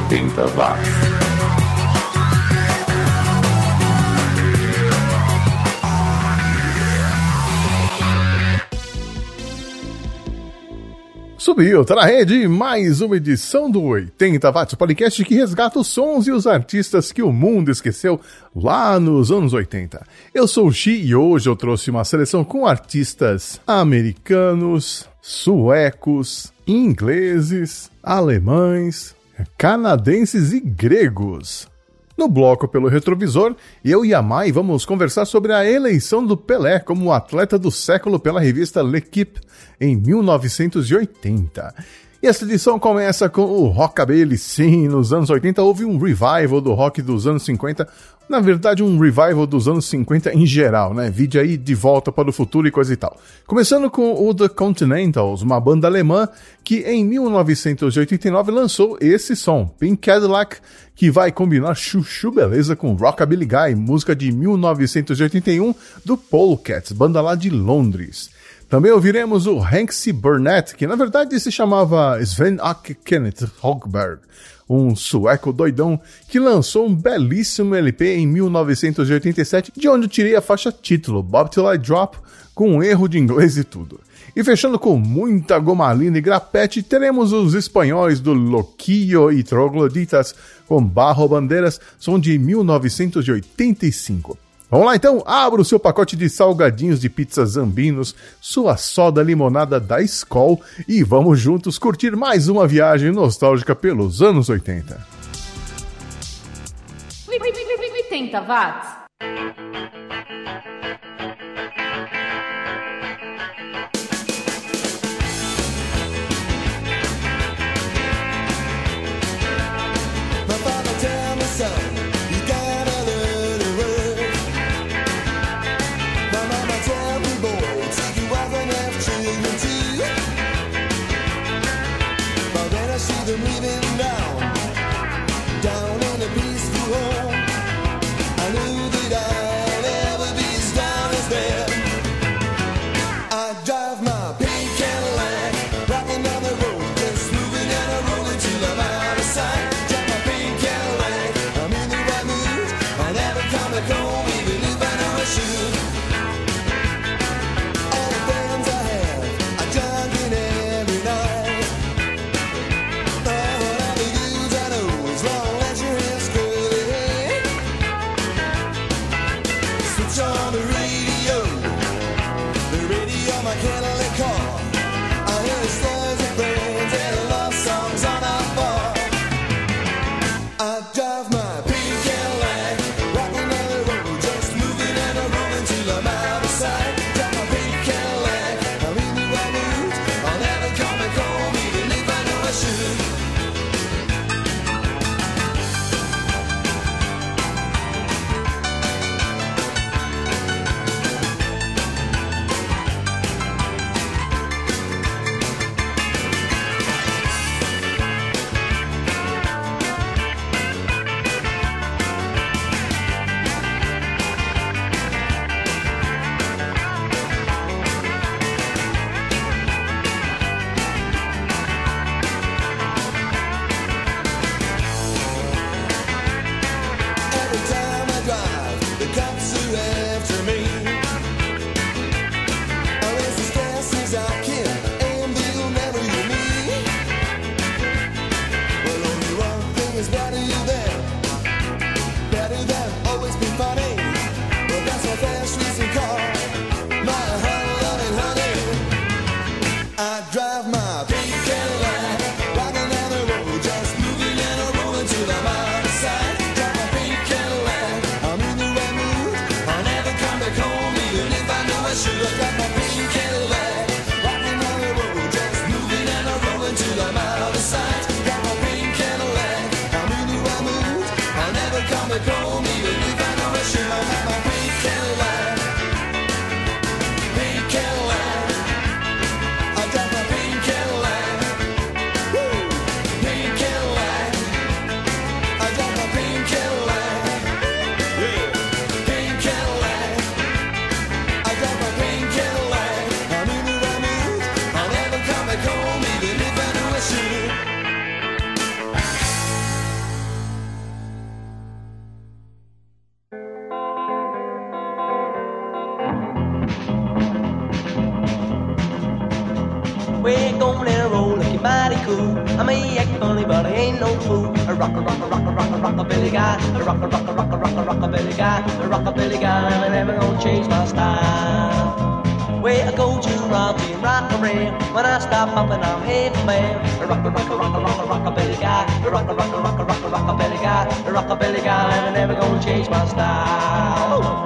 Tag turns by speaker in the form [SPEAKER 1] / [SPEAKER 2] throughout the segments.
[SPEAKER 1] 80 watts.
[SPEAKER 2] Subiu, tá na rede mais uma edição do 80 Watts, podcast que resgata os sons e os artistas que o mundo esqueceu lá nos anos 80. Eu sou o Xi e hoje eu trouxe uma seleção com artistas americanos, suecos, ingleses, alemães, canadenses e gregos. No bloco Pelo Retrovisor, eu e a Mai vamos conversar sobre a eleição do Pelé como atleta do século pela revista L'Équipe em 1980. E essa edição começa com o rockabilly. Sim, nos anos 80 houve um revival do rock dos anos 50, na verdade um revival dos anos 50 em geral, né? Vide aí De Volta para o Futuro e coisa e tal. Começando com o The Continentals, uma banda alemã que em 1989 lançou esse som, Pink Cadillac, que vai combinar chuchu beleza com Rockabilly Guy, música de 1981 do Polecats, banda lá de Londres. Também ouviremos o Hanksy Burnett, que na verdade se chamava Sven-Åke Kenneth Hogberg, um sueco doidão que lançou um belíssimo LP em 1987, de onde eu tirei a faixa título, Bob Till I Drop, com um erro de inglês e tudo. E fechando com muita gomalina e grapete, teremos os espanhóis do Loquillo e Trogloditas com Barro Bandeiras, som de 1985. Vamos lá então, abra o seu pacote de salgadinhos de pizza Zambinos, sua soda limonada da Skol e vamos juntos curtir mais uma viagem nostálgica pelos anos 80.
[SPEAKER 3] 80 watts.
[SPEAKER 4] All the friends I have are drunk in every night.
[SPEAKER 1] going and roll looking mighty cool. I may act funny, but I ain't no fool. A rockabilly guy, a rockabilly guy, a rockabilly guy, and I'm never gonna change my style. Where I go to rock and rock around. When I stop popping, I'm heavy man. A rockabilly guy, a rockabilly guy, a rockabilly guy, and I'm never gonna change my style.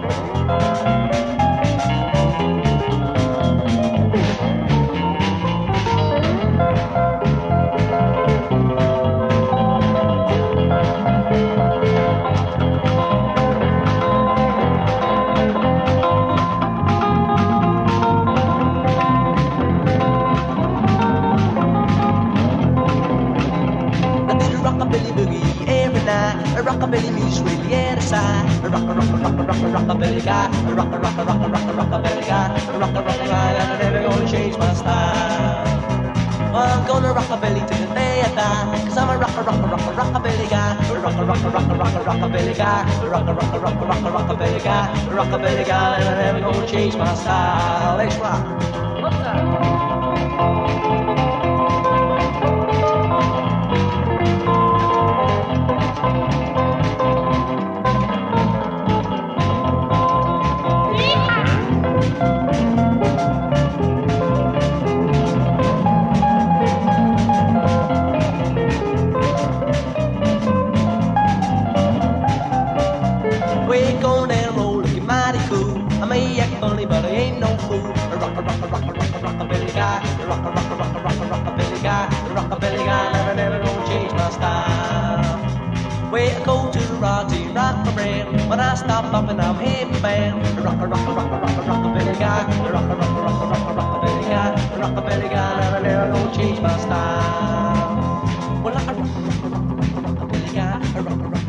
[SPEAKER 1] A rockabilly music with the other side. A rockabilly guy. A rockabilly guy. A rockabilly guy. And I'm never gonna change my style. I'm gonna rockabilly till the day I die. Cause I'm a rockabilly guy. A rockabilly guy. A rockabilly guy. A rockabilly guy. And I'm never gonna change my style. Let's rock. What's up? But I ain't no fool. A rockabilly guy, a rockabilly guy, a rockabilly guy, and I'm never gonna change my style. Where I go to rock around. When I stop popping, I'm heavy bound. A rockabilly guy, a rockabilly guy, a rockabilly guy, and I'm never gonna change my style. Well, I'm a rockabilly guy, a rockabilly guy.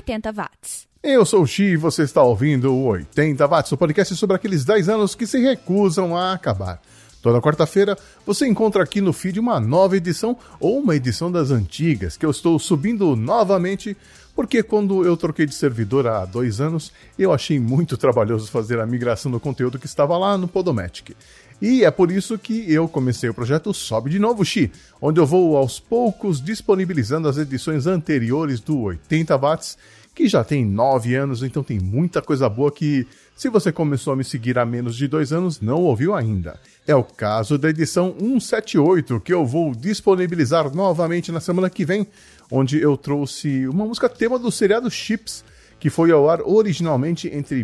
[SPEAKER 4] 80 watts.
[SPEAKER 2] Eu sou o Xi e você está ouvindo o 80 watts, o podcast sobre aqueles 10 anos que se recusam a acabar. Toda quarta-feira você encontra aqui no feed uma nova edição ou uma edição das antigas que eu estou subindo novamente porque quando eu troquei de servidor há 2 anos eu achei muito trabalhoso fazer a migração do conteúdo que estava lá no Podomatic. E é por isso que eu comecei o projeto Sobe de Novo Xi, onde eu vou aos poucos disponibilizando as edições anteriores do 80 watts, que já tem 9 anos, então tem muita coisa boa que, se você começou a me seguir há menos de 2 anos, não ouviu ainda. É o caso da edição 178, que eu vou disponibilizar novamente na semana que vem, onde eu trouxe uma música tema do seriado Chips, que foi ao ar originalmente entre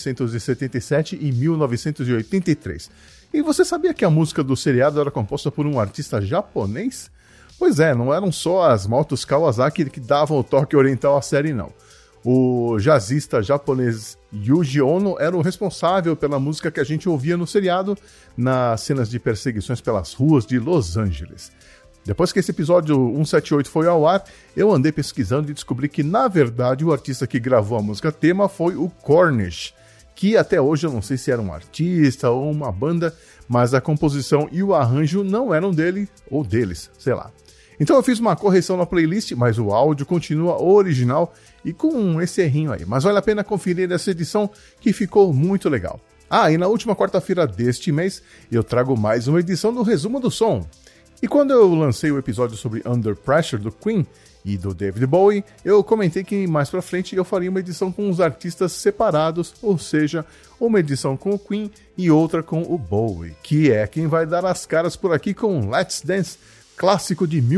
[SPEAKER 2] 1977 e 1983. E você sabia que a música do seriado era composta por um artista japonês? Pois é, não eram só as motos Kawasaki que davam o toque oriental à série, não. O jazzista japonês Yuji Ono era o responsável pela música que a gente ouvia no seriado nas cenas de perseguições pelas ruas de Los Angeles. Depois que esse episódio 178 foi ao ar, eu andei pesquisando e descobri que, na verdade, o artista que gravou a música tema foi o Cornish, que até hoje eu não sei se era um artista ou uma banda, mas a composição e o arranjo não eram dele ou deles, sei lá. Então eu fiz uma correção na playlist, mas o áudio continua original e com esse errinho aí. Mas vale a pena conferir essa edição que ficou muito legal. Ah, e na última quarta-feira deste mês eu trago mais uma edição do Resumo do Som. E quando eu lancei o episódio sobre Under Pressure do Queen e do David Bowie, eu comentei que mais pra frente eu faria uma edição com os artistas separados, ou seja, uma edição com o Queen e outra com o Bowie, que é quem vai dar as caras por aqui com Let's Dance, clássico de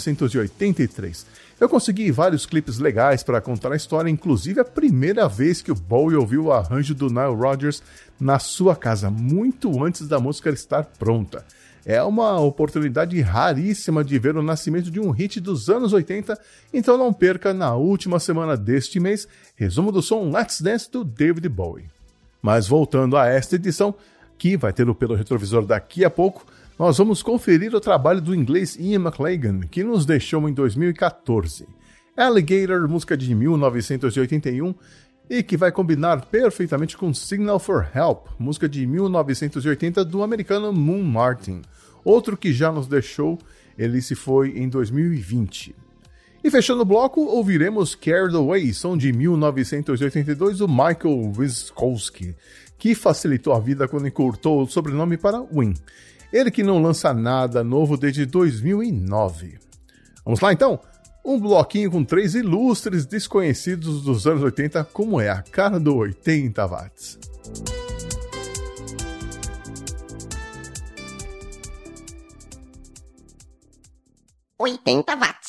[SPEAKER 2] 1983. Eu consegui vários clipes legais para contar a história, inclusive a primeira vez que o Bowie ouviu o arranjo do Nile Rodgers na sua casa, muito antes da música estar pronta. É uma oportunidade raríssima de ver o nascimento de um hit dos anos 80, então não perca na última semana deste mês, resumo do som Let's Dance do David Bowie. Mas voltando a esta edição, que vai ter o Pelo Retrovisor daqui a pouco, nós vamos conferir o trabalho do inglês Ian McLagan, que nos deixou em 2014. Alligator, música de 1981, e que vai combinar perfeitamente com Signal for Help, música de 1980 do americano Moon Martin. Outro que já nos deixou, ele se foi em 2020. E fechando o bloco, ouviremos Carried Away, som de 1982 do Michael Wiskowski, que facilitou a vida quando encurtou o sobrenome para Win. Ele que não lança nada novo desde 2009. Vamos lá então? Um bloquinho com 3 ilustres desconhecidos dos anos 80, como é a cara do 80 watts.
[SPEAKER 5] 80 watts.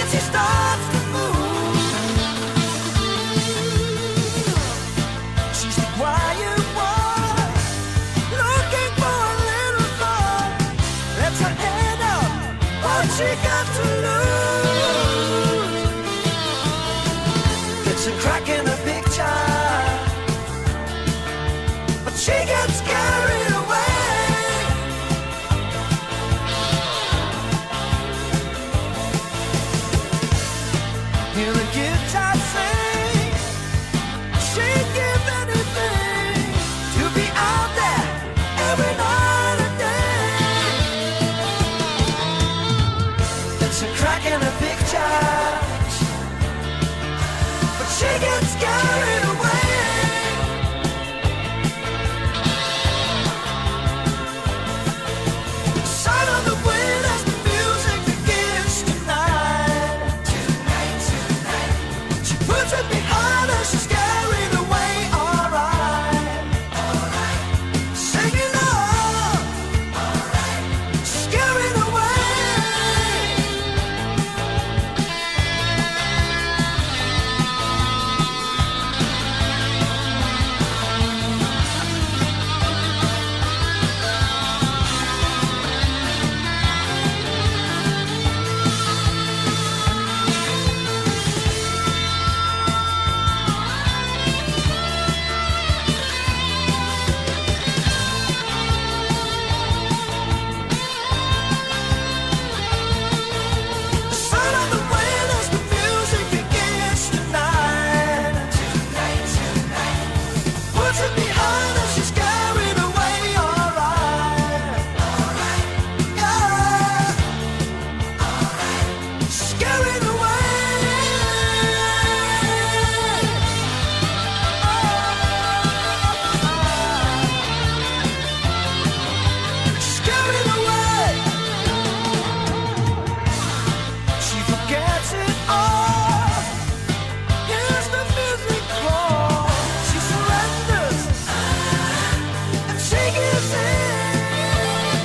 [SPEAKER 4] she starts to move, she's the quiet one, looking for a little more. Lets her head up, what she got to lose. Gets a crack in the picture, but she gets carried away. Hear the guitar sing, she'd give anything to be out there every night and day. It's a crack in the picture, but she gets carried away. Sound of the wind as the music begins tonight. She puts it behind her, she's carried away, alright. Singing on, she's carried away. Sound of the wind as the music begins tonight. Puts it behind her, she's carried away, alright. Yeah. She's carried away. She's carried away. She forgets it all. Here's the music call. She surrenders and she gives in.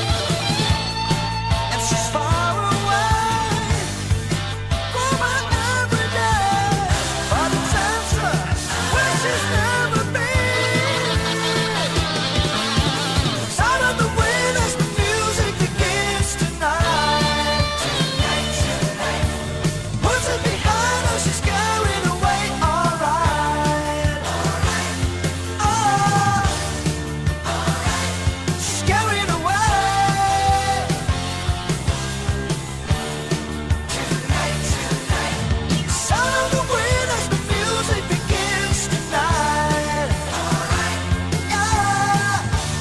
[SPEAKER 4] And she's far away from her every day, but it sends her where she's never been. Sound of the wind as the music begins tonight. Puts it behind her, she's carried away, alright. She's carried away. Sound of the wind as the music begins tonight. Yeah.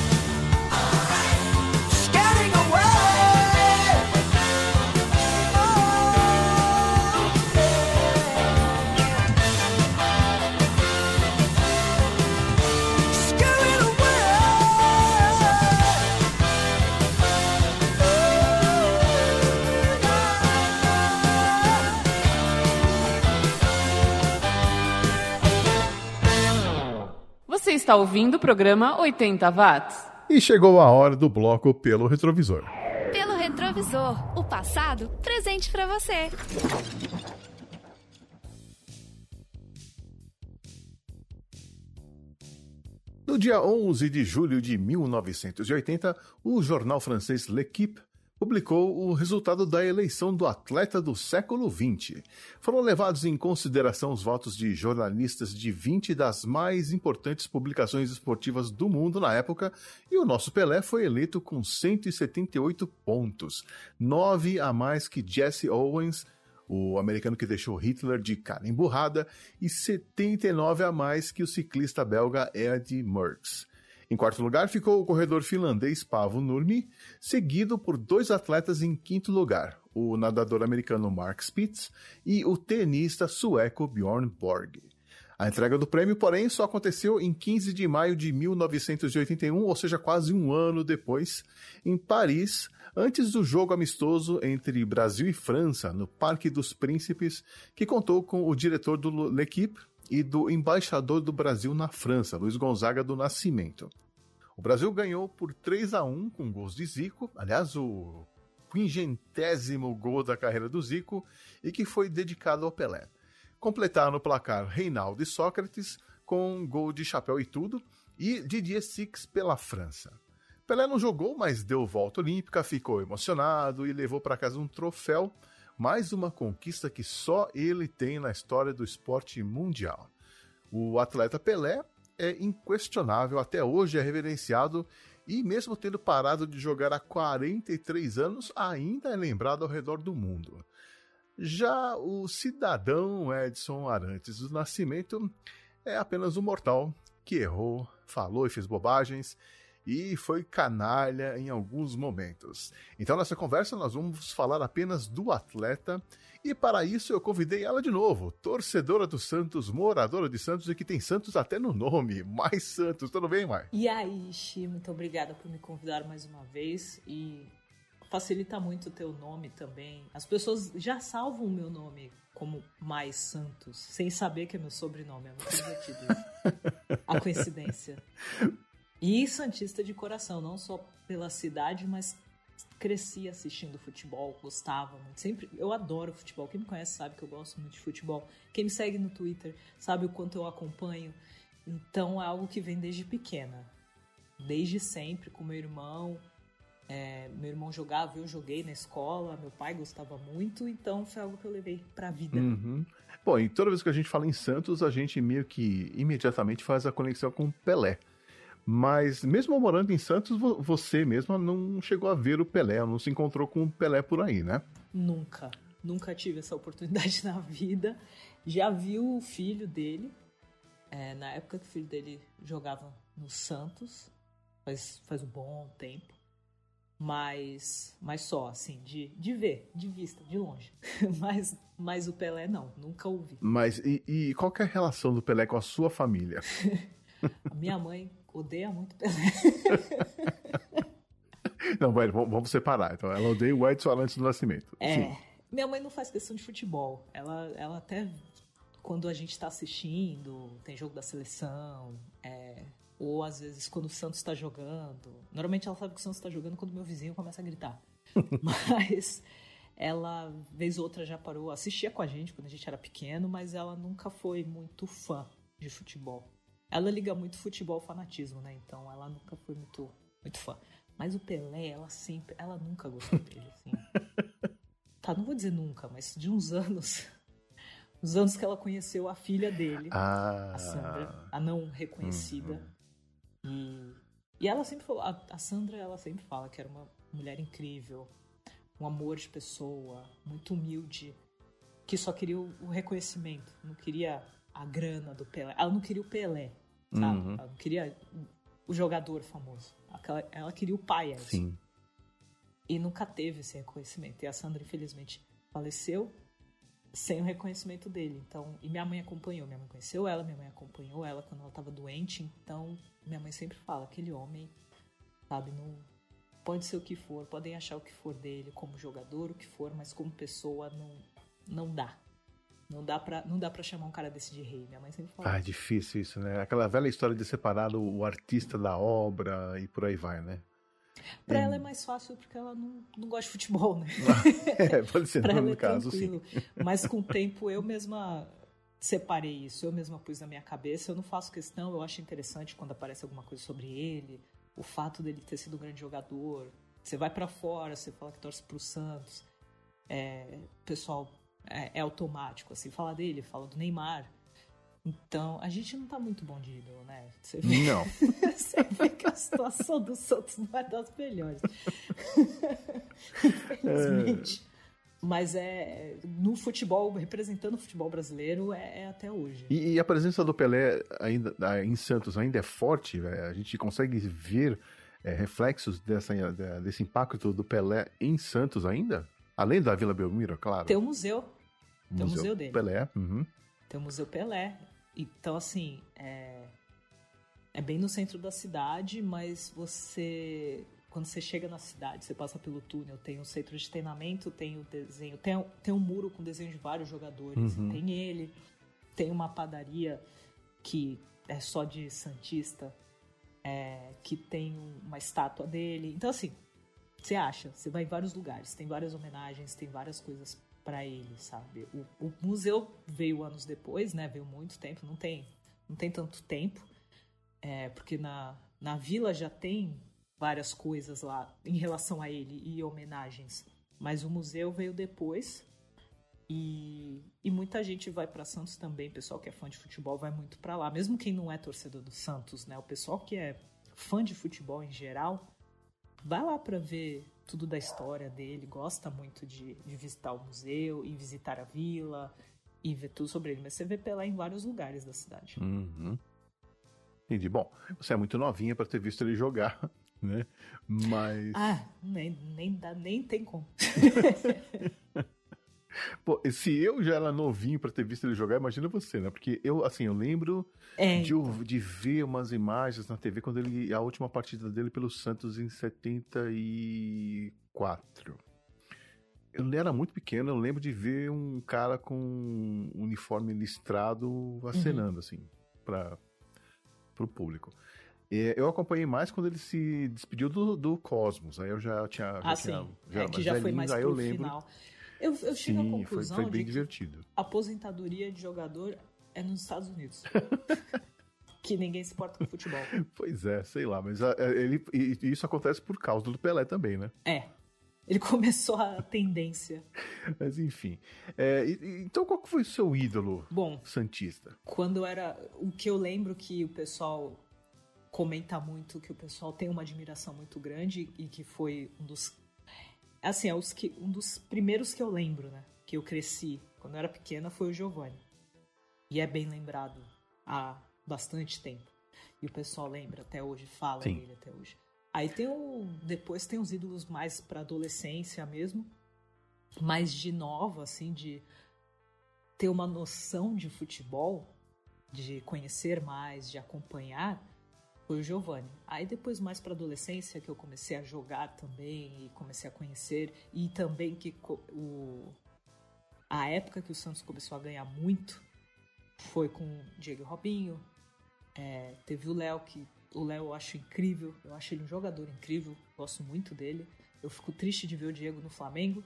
[SPEAKER 4] She's getting away. She's getting
[SPEAKER 3] Você está ouvindo o programa 80 Watts.
[SPEAKER 2] E chegou a hora do bloco Pelo Retrovisor.
[SPEAKER 6] Pelo retrovisor, o passado presente pra você.
[SPEAKER 2] No dia 11 de julho de 1980, o jornal francês L'Équipe publicou o resultado da eleição do atleta do século XX. Foram levados em consideração os votos de jornalistas de 20 das mais importantes publicações esportivas do mundo na época, e o nosso Pelé foi eleito com 178 pontos, 9 a mais que Jesse Owens, o americano que deixou Hitler de cara emburrada, e 79 a mais que o ciclista belga Eddy Merckx. Em quarto lugar ficou o corredor finlandês Paavo Nurmi, seguido por dois atletas em quinto lugar, o nadador americano Mark Spitz e o tenista sueco Bjorn Borg. A entrega do prêmio, porém, só aconteceu em 15 de maio de 1981, ou seja, quase um ano depois, em Paris, antes do jogo amistoso entre Brasil e França, no Parque dos Príncipes, que contou com o diretor do L'Équipe e do embaixador do Brasil na França, Luiz Gonzaga do Nascimento. O Brasil ganhou por 3-1 com gols de Zico. Aliás, o 50º gol da carreira do Zico e que foi dedicado ao Pelé. Completaram no placar Reinaldo e Sócrates com um gol de chapéu e tudo e Didier Six pela França. Pelé não jogou, mas deu volta olímpica, ficou emocionado e levou para casa um troféu, mais uma conquista que só ele tem na história do esporte mundial. O atleta Pelé é inquestionável, até hoje é reverenciado e mesmo tendo parado de jogar há 43 anos, ainda é lembrado ao redor do mundo. Já o cidadão Edson Arantes do Nascimento é apenas um mortal que errou, falou e fez bobagens e foi canalha em alguns momentos. Então nessa conversa nós vamos falar apenas do atleta e para isso eu convidei ela de novo, torcedora do Santos, moradora de Santos e que tem Santos até no nome, Mai Santos. Tudo bem, Mai?
[SPEAKER 7] E aí, Xi, muito obrigada por me convidar mais uma vez e facilita muito o teu nome também. As pessoas já salvam o meu nome como Mai Santos, sem saber que é meu sobrenome, é muito divertido isso. A coincidência. E santista de coração, não só pela cidade, mas cresci assistindo futebol, gostava muito. Sempre, eu adoro futebol. Quem me conhece sabe que eu gosto muito de futebol. Quem me segue no Twitter sabe o quanto eu acompanho. Então é algo que vem desde pequena. Desde sempre, com meu irmão. Meu irmão jogava, eu joguei na escola, meu pai gostava muito, então foi algo que eu levei pra vida.
[SPEAKER 2] Uhum. Bom, e toda vez que a gente fala em Santos, a gente meio que imediatamente faz a conexão com Pelé. Mas mesmo morando em Santos, você mesma não chegou a ver o Pelé, não se encontrou com o Pelé por aí, né?
[SPEAKER 7] Nunca tive essa oportunidade na vida. Já vi o filho dele, na época que o filho dele jogava no Santos, faz um bom tempo. Mas só, assim, de ver, de vista, de longe. Mas o Pelé não, nunca ouvi.
[SPEAKER 2] Mas e qual que é a relação do Pelé com a sua família?
[SPEAKER 7] A minha mãe odeia muito Pelé.
[SPEAKER 2] Não, vamos separar. Então, ela odeia o Edson Arantes do Nascimento. Sim.
[SPEAKER 7] Minha mãe não faz questão de futebol. Ela até, quando a gente tá assistindo, tem jogo da seleção, ou às vezes quando o Santos tá jogando. Normalmente ela sabe que o Santos tá jogando quando meu vizinho começa a gritar. Mas ela, vez ou outra, já parou, assistia com a gente quando a gente era pequeno, mas ela nunca foi muito fã de futebol. Ela liga muito futebol ao fanatismo, né? Então ela nunca foi muito fã. Mas o Pelé, ela nunca gostou dele, assim. Tá, não vou dizer nunca, mas de uns anos. Os anos que ela conheceu a filha dele, a Sandra, a não reconhecida. E ela sempre falou, a Sandra, ela sempre fala que era uma mulher incrível, um amor de pessoa, muito humilde, que só queria o reconhecimento, não queria a grana do Pelé. Ela não queria o Pelé, sabe? Ela não queria o jogador famoso. Ela queria o pai, Edson.
[SPEAKER 2] Sim.
[SPEAKER 7] E nunca teve esse reconhecimento. E a Sandra, infelizmente, faleceu sem o reconhecimento dele. Então, e minha mãe acompanhou. Minha mãe conheceu ela, minha mãe acompanhou ela quando ela estava doente. Então, minha mãe sempre fala, aquele homem, sabe, não pode ser o que for, podem achar o que for dele, como jogador, o que for, mas como pessoa não dá. Não dá pra chamar um cara desse de rei. Minha mãe sempre fala.
[SPEAKER 2] É difícil isso, né? Aquela velha história de separar o artista da obra e por aí vai, né?
[SPEAKER 7] Pra ela é mais fácil porque ela não gosta de futebol, né?
[SPEAKER 2] Pode ser,
[SPEAKER 7] pra ela
[SPEAKER 2] no
[SPEAKER 7] é
[SPEAKER 2] caso,
[SPEAKER 7] tranquilo.
[SPEAKER 2] sim.
[SPEAKER 7] Mas com o tempo eu mesma separei isso, eu mesma pus na minha cabeça. Eu não faço questão, eu acho interessante quando aparece alguma coisa sobre ele, o fato dele ter sido um grande jogador. Você vai pra fora, você fala que torce pro Santos. O pessoal é automático, assim, fala dele, fala do Neymar. Então, a gente não tá muito bom de ídolo, né? Você vê,
[SPEAKER 2] Não.
[SPEAKER 7] Você vê que a situação do Santos não é das melhores. Infelizmente. Mas no futebol, representando o futebol brasileiro, é até hoje.
[SPEAKER 2] E a presença do Pelé ainda, em Santos ainda é forte? A gente consegue ver reflexos desse impacto do Pelé em Santos ainda? Além da Vila Belmiro, claro.
[SPEAKER 7] Tem o museu. Tem o museu dele.
[SPEAKER 2] Pelé.
[SPEAKER 7] Tem o Museu Pelé. Então, assim, é bem no centro da cidade, mas quando você chega na cidade, você passa pelo túnel, tem um centro de treinamento, tem o desenho, tem um muro com desenho de vários jogadores, tem ele, tem uma padaria que é só de santista, que tem uma estátua dele. Então, assim, Você acha, você vai em vários lugares, tem várias homenagens, tem várias coisas pra ele, sabe? O museu veio anos depois, né? Veio muito tempo, não tem tanto tempo, porque na vila já tem várias coisas lá em relação a ele e homenagens, mas o museu veio depois e muita gente vai pra Santos também, pessoal que é fã de futebol vai muito pra lá, mesmo quem não é torcedor do Santos, né? O pessoal que é fã de futebol em geral vai lá pra ver tudo da história dele, gosta muito de visitar o museu e visitar a vila e ver tudo sobre ele. Mas você vê Pelé em vários lugares da cidade.
[SPEAKER 2] Uhum. Entendi. Bom, você é muito novinha pra ter visto ele jogar, né? Mas...
[SPEAKER 7] nem tem como.
[SPEAKER 2] Pô, se eu já era novinho pra ter visto ele jogar, imagina você, né? Porque eu lembro de ver umas imagens na TV quando a última partida dele pelo Santos em 74. Eu era muito pequeno, eu lembro de ver um cara com um uniforme listrado acenando, assim, pro público. Eu acompanhei mais quando ele se despediu do Cosmos, aí eu já tinha...
[SPEAKER 7] que já foi mais pro final. Eu chego à
[SPEAKER 2] Sim,
[SPEAKER 7] conclusão
[SPEAKER 2] foi bem
[SPEAKER 7] de
[SPEAKER 2] divertido.
[SPEAKER 7] que a aposentadoria de jogador é nos Estados Unidos. Que ninguém se importa com futebol.
[SPEAKER 2] Pois é, sei lá, mas isso acontece por causa do Pelé também, né?
[SPEAKER 7] Ele começou a tendência.
[SPEAKER 2] Mas enfim. Então qual que foi o seu ídolo santista?
[SPEAKER 7] Quando eu era... O que eu lembro que o pessoal comenta muito, que o pessoal tem uma admiração muito grande e que foi um dos... Assim, um dos primeiros que eu lembro, né? Que eu cresci quando eu era pequena foi o Giovanni. E é bem lembrado há bastante tempo. E o pessoal lembra até hoje, fala dele até hoje. Aí depois tem os ídolos mais pra adolescência mesmo. Mais de nova, assim, de ter uma noção de futebol, de conhecer mais, de acompanhar. Foi o Giovanni. Aí depois, mais pra adolescência, que eu comecei a jogar também e comecei a conhecer. E também que a época que o Santos começou a ganhar muito foi com o Diego e Robinho. Teve o Léo, que o Léo eu acho incrível. Eu acho ele um jogador incrível. Gosto muito dele. Eu fico triste de ver o Diego no Flamengo.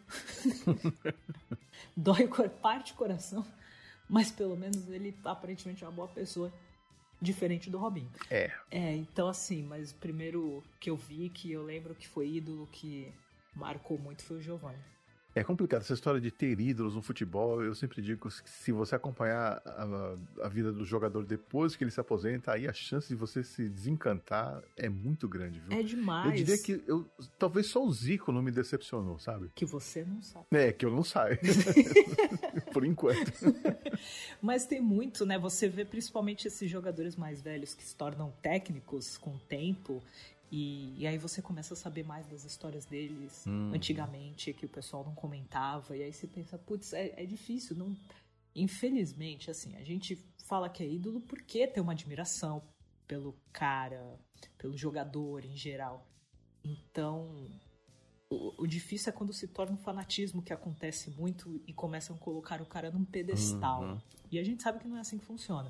[SPEAKER 7] Parte o coração. Mas pelo menos ele aparentemente é uma boa pessoa. Diferente do Robinho. Então assim, mas o primeiro que eu vi, que eu lembro que foi ídolo, que marcou muito, foi o Giovanni.
[SPEAKER 2] É complicado essa história de ter ídolos no futebol. Eu sempre digo que se você acompanhar a vida do jogador depois que ele se aposenta, aí a chance de você se desencantar é muito grande, viu?
[SPEAKER 7] É demais.
[SPEAKER 2] Eu diria que talvez só o Zico não me decepcionou, sabe?
[SPEAKER 7] Que você não sabe.
[SPEAKER 2] Que eu não saio. Por enquanto.
[SPEAKER 7] Mas tem muito, né? Você vê principalmente esses jogadores mais velhos que se tornam técnicos com o tempo. E aí você começa a saber mais das histórias deles antigamente, que o pessoal não comentava. E aí você pensa, putz, é difícil. Não... Infelizmente, assim, a gente fala que é ídolo porque tem uma admiração pelo cara, pelo jogador em geral. Então, o difícil é quando se torna um fanatismo, que acontece muito, e começam a colocar o cara num pedestal. E a gente sabe que não é assim que funciona.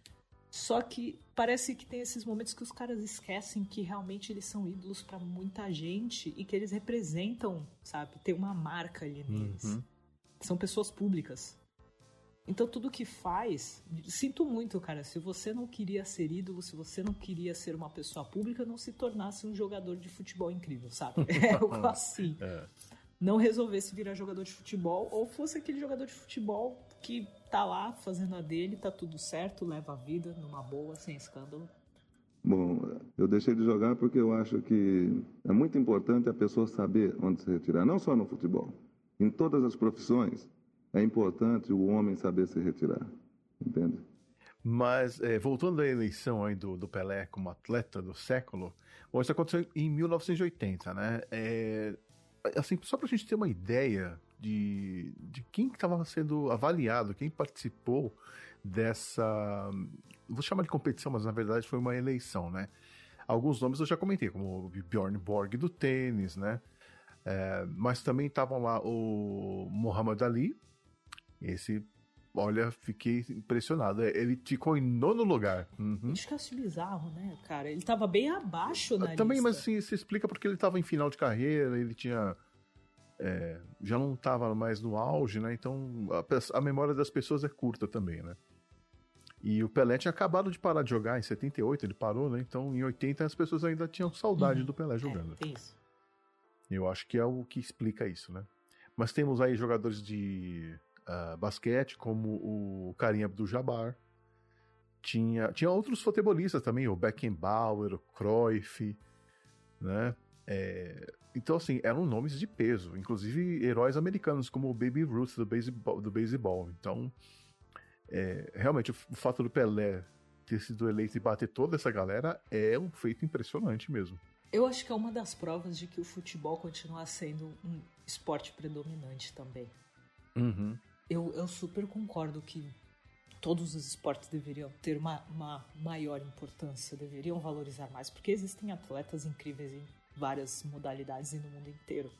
[SPEAKER 7] Só que parece que tem esses momentos que os caras esquecem que realmente eles são ídolos pra muita gente e que eles representam, sabe? Tem uma marca ali neles. São pessoas públicas. Então tudo que faz... Sinto muito, cara. Se você não queria ser ídolo, se você não queria ser uma pessoa pública, não se tornasse um jogador de futebol incrível, sabe? É algo assim. Não resolvesse virar jogador de futebol, ou fosse aquele jogador de futebol que tá lá fazendo a dele, tá tudo certo, leva a vida numa boa, sem escândalo.
[SPEAKER 8] Bom, eu deixei de jogar porque eu acho que é muito importante a pessoa saber onde se retirar, não só no futebol. Em todas as profissões, é importante o homem saber se retirar, entende?
[SPEAKER 2] Mas, voltando à eleição aí do Pelé como atleta do século, bom, isso aconteceu em 1980, né? Assim, só pra gente ter uma ideia de quem estava sendo avaliado, quem participou dessa... Vou chamar de competição, mas na verdade foi uma eleição, né? Alguns nomes eu já comentei, como o Bjorn Borg do tênis, né? Mas também estavam lá o Muhammad Ali, esse olha, fiquei impressionado. Ele ficou em 9º lugar. Uhum.
[SPEAKER 7] Acho que é bizarro, né, cara? Ele tava bem abaixo na
[SPEAKER 2] Também,
[SPEAKER 7] lista.
[SPEAKER 2] mas assim, se explica porque ele tava em final de carreira, ele tinha... já não tava mais no auge, né? Então a memória das pessoas é curta também, né? E o Pelé tinha acabado de parar de jogar em 78, ele parou, né? Então em 80 as pessoas ainda tinham saudade do Pelé jogando.
[SPEAKER 7] Tem isso.
[SPEAKER 2] Eu acho que é o que explica isso, né? Mas temos aí jogadores de basquete, como o Kareem Abdul-Jabbar. Tinha outros futebolistas também, o Beckenbauer, o Cruyff, né? Então, assim, eram nomes de peso, inclusive heróis americanos, como o Baby Ruth do beisebol. Então, realmente, o fato do Pelé ter sido eleito e bater toda essa galera é um feito impressionante mesmo.
[SPEAKER 7] Eu acho que é uma das provas de que o futebol continua sendo um esporte predominante também.
[SPEAKER 2] Uhum.
[SPEAKER 7] Eu super concordo que todos os esportes deveriam ter uma maior importância, deveriam valorizar mais, porque existem atletas incríveis em várias modalidades e no mundo inteiro.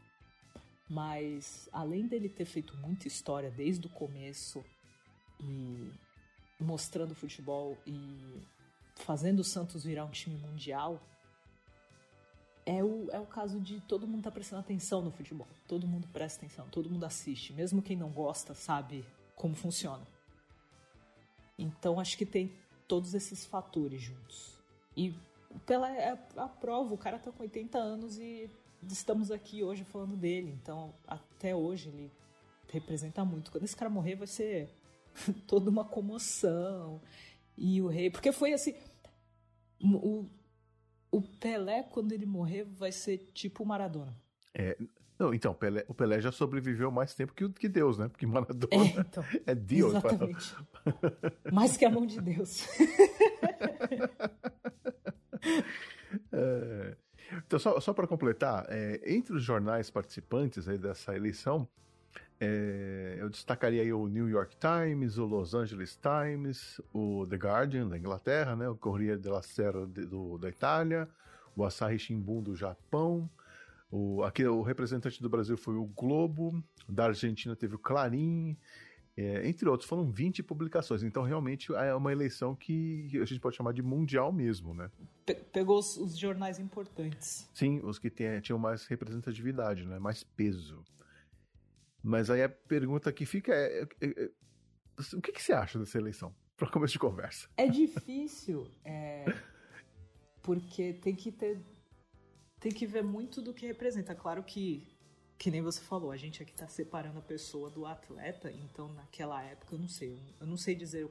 [SPEAKER 7] Mas, além dele ter feito muita história desde o começo e mostrando o futebol e fazendo o Santos virar um time mundial, é o caso de todo mundo tá prestando atenção no futebol. Todo mundo presta atenção, todo mundo assiste. Mesmo quem não gosta sabe como funciona. Então acho que tem todos esses fatores juntos. E pela a prova, o cara tá com 80 anos e estamos aqui hoje falando dele. Então até hoje ele representa muito. Quando esse cara morrer vai ser toda uma comoção. E o rei... Porque foi assim... O Pelé, quando ele morrer, vai ser tipo o Maradona.
[SPEAKER 2] Não, então, o Pelé já sobreviveu mais tempo que Deus, né? Porque Maradona
[SPEAKER 7] então,
[SPEAKER 2] é Deus.
[SPEAKER 7] Exatamente. Mais que a mão de Deus.
[SPEAKER 2] Então, só para completar, entre os jornais participantes aí dessa eleição, eu destacaria aí o New York Times, o Los Angeles Times, o The Guardian da Inglaterra, né, o Corriere della Sera da Itália, o Asahi Shimbun do Japão, aqui o representante do Brasil foi o Globo, da Argentina teve o Clarim, entre outros, foram 20 publicações, então realmente é uma eleição que a gente pode chamar de mundial mesmo, né?
[SPEAKER 7] Pegou os jornais importantes.
[SPEAKER 2] Sim, os que tinham mais representatividade, né, mais peso. Mas aí a pergunta que fica o que você acha dessa eleição? Para começo de conversa.
[SPEAKER 7] É difícil, porque tem que ver muito do que representa. Claro que nem você falou, a gente aqui tá separando a pessoa do atleta, então naquela época eu não sei dizer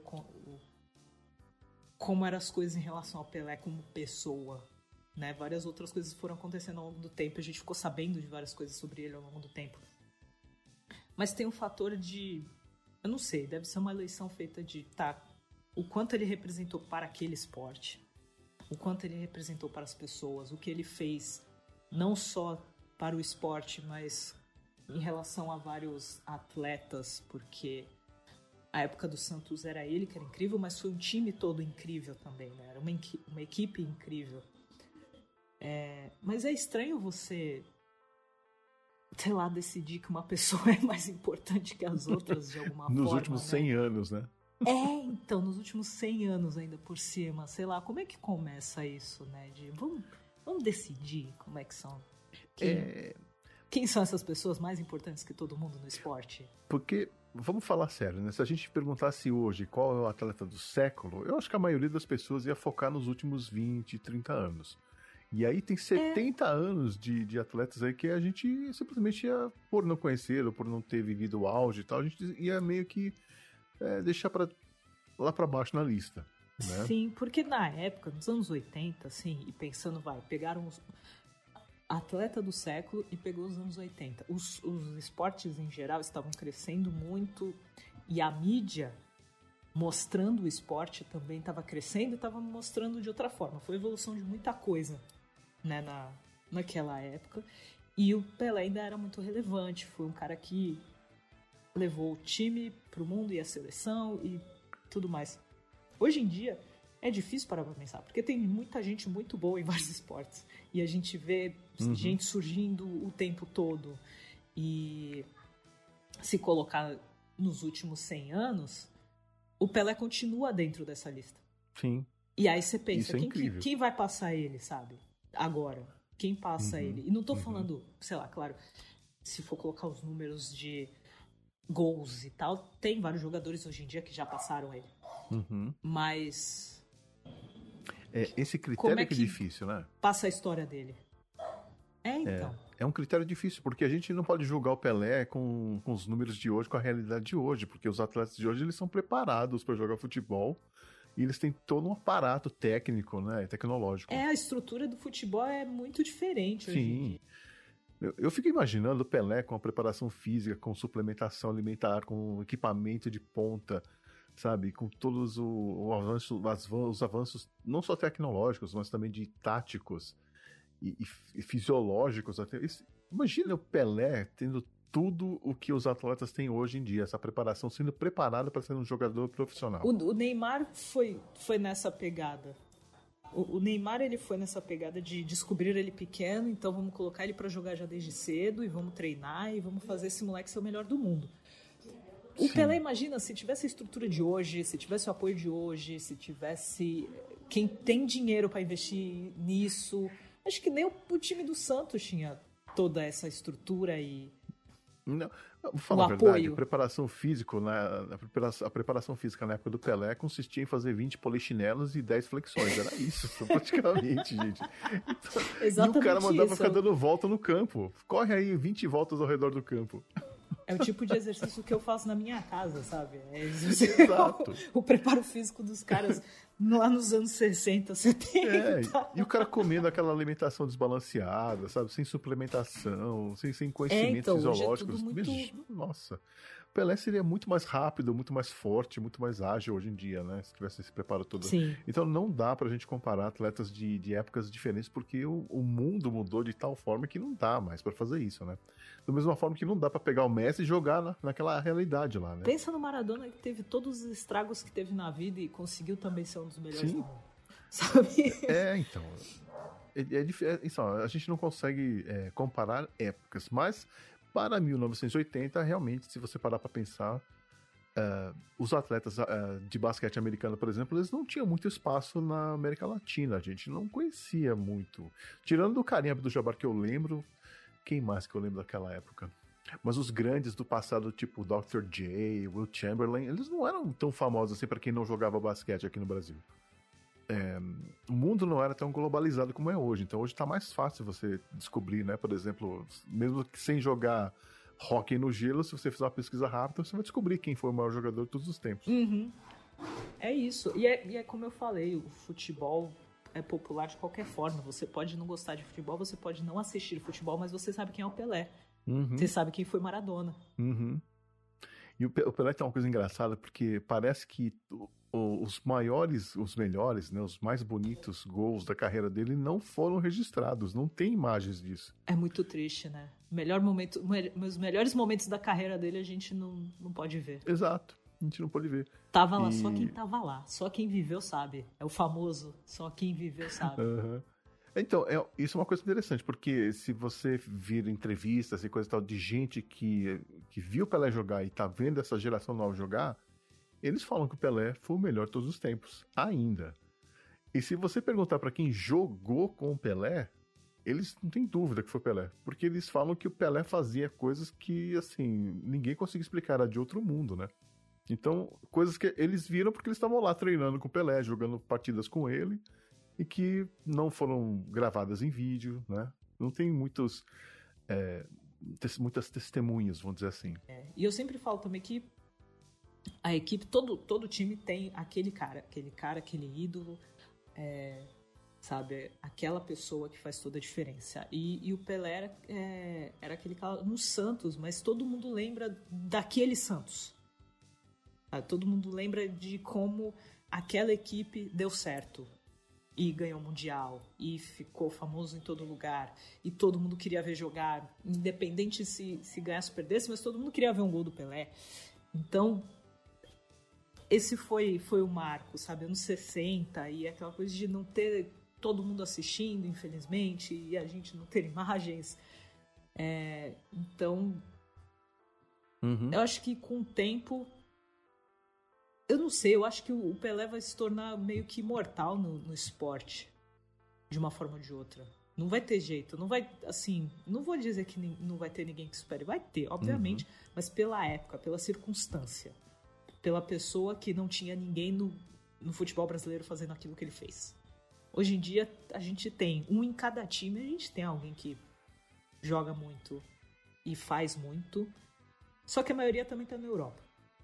[SPEAKER 7] como eram as coisas em relação ao Pelé como pessoa, né? Várias outras coisas foram acontecendo ao longo do tempo, a gente ficou sabendo de várias coisas sobre ele ao longo do tempo. Mas tem um fator de... Eu não sei, deve ser uma eleição feita de... o quanto ele representou para aquele esporte, o quanto ele representou para as pessoas, o que ele fez, não só para o esporte, mas em relação a vários atletas, porque a época do Santos era ele que era incrível, mas foi um time todo incrível também, né? Era uma equipe incrível. Mas é estranho você... sei lá, decidir que uma pessoa é mais importante que as outras de alguma forma.
[SPEAKER 2] Nos últimos 100 anos, né?
[SPEAKER 7] Então, nos últimos 100 anos ainda por cima, sei lá, como é que começa isso, né? De vamos decidir como é que são. Quem são essas pessoas mais importantes que todo mundo no esporte?
[SPEAKER 2] Porque, vamos falar sério, né? Se a gente perguntasse hoje qual é o atleta do século, eu acho que a maioria das pessoas ia focar nos últimos 20, 30 anos. E aí tem 70 anos de atletas aí que a gente simplesmente ia, por não conhecer ou por não ter vivido o auge e tal, a gente ia meio que deixar lá pra baixo na lista. Né?
[SPEAKER 7] Sim, porque na época, nos anos 80, assim, e pensando, pegaram os atleta do século e pegou os anos 80. Os esportes em geral estavam crescendo muito e a mídia mostrando o esporte também estava crescendo e estava mostrando de outra forma. Foi a evolução de muita coisa, né, naquela época. E o Pelé ainda era muito relevante. Foi um cara que levou o time pro mundo e a seleção e tudo mais. Hoje em dia é difícil parar pra pensar, porque tem muita gente muito boa em vários esportes. E a gente vê gente surgindo o tempo todo. E se colocar nos últimos 100 anos, o Pelé continua dentro dessa lista.
[SPEAKER 2] Sim.
[SPEAKER 7] E aí você pensa,
[SPEAKER 2] Isso é incrível.
[SPEAKER 7] quem vai passar ele, sabe? Agora. Quem passa ele? E não tô falando, sei lá, claro, se for colocar os números de gols e tal, tem vários jogadores hoje em dia que já passaram ele. Mas
[SPEAKER 2] Esse
[SPEAKER 7] Como
[SPEAKER 2] critério
[SPEAKER 7] é
[SPEAKER 2] que é
[SPEAKER 7] que-
[SPEAKER 2] difícil, né?
[SPEAKER 7] passa a história dele. Então.
[SPEAKER 2] É um critério difícil, porque a gente não pode julgar o Pelé com os números de hoje, com a realidade de hoje, porque os atletas de hoje eles são preparados para jogar futebol e eles têm todo um aparato técnico, né, tecnológico.
[SPEAKER 7] A estrutura do futebol é muito diferente hoje em
[SPEAKER 2] Sim.
[SPEAKER 7] dia.
[SPEAKER 2] Eu fico imaginando o Pelé com a preparação física, com suplementação alimentar, com equipamento de ponta, sabe? Com todos os avanços, não só tecnológicos, mas também de táticos e fisiológicos. Até. Imagina o Pelé tendo tudo o que os atletas têm hoje em dia, essa preparação, sendo preparado para ser um jogador profissional.
[SPEAKER 7] O Neymar foi nessa pegada. O Neymar ele foi nessa pegada de descobrir ele pequeno, então vamos colocar ele pra jogar já desde cedo e vamos treinar e vamos fazer esse moleque ser o melhor do mundo. O Pelé, imagina, se tivesse a estrutura de hoje, se tivesse o apoio de hoje, se tivesse quem tem dinheiro pra investir nisso, acho que nem o time do Santos tinha toda essa estrutura e
[SPEAKER 2] Não, vou falar
[SPEAKER 7] O
[SPEAKER 2] a verdade,
[SPEAKER 7] apoio.
[SPEAKER 2] a preparação física na época do Pelé consistia em fazer 20 polichinelos e 10 flexões. Era isso, praticamente, gente. Então, e o
[SPEAKER 7] Exatamente
[SPEAKER 2] cara mandava
[SPEAKER 7] isso.
[SPEAKER 2] ficar dando volta no campo. Corre aí 20 voltas ao redor do campo.
[SPEAKER 7] é o tipo de exercício que eu faço na minha casa, sabe?
[SPEAKER 2] Exato.
[SPEAKER 7] O preparo físico dos caras lá nos anos 60, 70.
[SPEAKER 2] E o cara comendo aquela alimentação desbalanceada, sabe? Sem suplementação, sem conhecimentos
[SPEAKER 7] então, hoje é
[SPEAKER 2] fisiológicos.
[SPEAKER 7] tudo muito-
[SPEAKER 2] Bicho, nossa. O Pelé seria muito mais rápido, muito mais forte, muito mais ágil hoje em dia, né? Se tivesse esse preparo todo.
[SPEAKER 7] Sim.
[SPEAKER 2] Então não dá pra gente comparar atletas de épocas diferentes, porque o mundo mudou de tal forma que não dá mais pra fazer isso, né? Da mesma forma que não dá pra pegar o Messi e jogar naquela realidade lá, né?
[SPEAKER 7] Pensa no Maradona que teve todos os estragos que teve na vida e conseguiu também ser um dos melhores
[SPEAKER 2] Sim.
[SPEAKER 7] do mundo. Sabe?
[SPEAKER 2] Então. A gente não consegue comparar épocas, mas para 1980, realmente, se você parar para pensar, os atletas de basquete americano, por exemplo, eles não tinham muito espaço na América Latina, a gente não conhecia muito. Tirando do Kareem Abdul-Jabbar que eu lembro, quem mais que eu lembro daquela época? Mas os grandes do passado, tipo Dr. J, Will Chamberlain, eles não eram tão famosos assim para quem não jogava basquete aqui no Brasil. O mundo não era tão globalizado como é hoje, então hoje tá mais fácil você descobrir, né? Por exemplo, mesmo que sem jogar hóquei no gelo, se você fizer uma pesquisa rápida, você vai descobrir quem foi o maior jogador de todos os tempos.
[SPEAKER 7] É isso. E é como eu falei, o futebol é popular de qualquer forma. Você pode não gostar de futebol, você pode não assistir futebol, mas você sabe quem é o Pelé. Você sabe quem foi Maradona.
[SPEAKER 2] E o Pelé tem uma coisa engraçada, porque parece que os maiores, os melhores, né, os mais bonitos gols da carreira dele não foram registrados, não tem imagens disso.
[SPEAKER 7] É muito triste, né? Os melhores momentos da carreira dele a gente não pode ver.
[SPEAKER 2] Exato, a gente não pode ver.
[SPEAKER 7] Tava lá, só quem tava lá. Só quem viveu sabe. É o famoso, só quem viveu sabe.
[SPEAKER 2] Aham. Então, isso é uma coisa interessante, porque se você vir entrevistas e coisa e tal de gente que viu o Pelé jogar e tá vendo essa geração nova jogar, eles falam que o Pelé foi o melhor de todos os tempos, ainda. E se você perguntar pra quem jogou com o Pelé, eles não têm dúvida que foi o Pelé, porque eles falam que o Pelé fazia coisas que, assim, ninguém consegue explicar, era de outro mundo, né? Então, coisas que eles viram porque eles estavam lá treinando com o Pelé, jogando partidas com ele, e que não foram gravadas em vídeo, né? Não tem muitas testemunhas, vamos dizer assim.
[SPEAKER 7] E eu sempre falo também que a equipe, todo time tem aquele cara, aquele ídolo, sabe? Aquela pessoa que faz toda a diferença. E o Pelé era aquele cara no Santos, mas todo mundo lembra daquele Santos. Sabe? Todo mundo lembra de como aquela equipe deu certo. E ganhou o Mundial, e ficou famoso em todo lugar, e todo mundo queria ver jogar, independente se ganhasse ou perdesse, mas todo mundo queria ver um gol do Pelé. Então, esse foi o marco, sabe? Anos 60, e aquela coisa de não ter todo mundo assistindo, infelizmente, e a gente não ter imagens. Então, Eu acho que com o tempo... Eu não sei, eu acho que o Pelé vai se tornar meio que imortal no esporte. De uma forma ou de outra. Não vai ter jeito. Não vai, assim... Não vou dizer que não vai ter ninguém que supere. Vai ter, obviamente. Mas pela época, pela circunstância. Pela pessoa que não tinha ninguém no futebol brasileiro fazendo aquilo que ele fez. Hoje em dia, a gente tem um em cada time. A gente tem alguém que joga muito e faz muito. Só que a maioria também tá na Europa.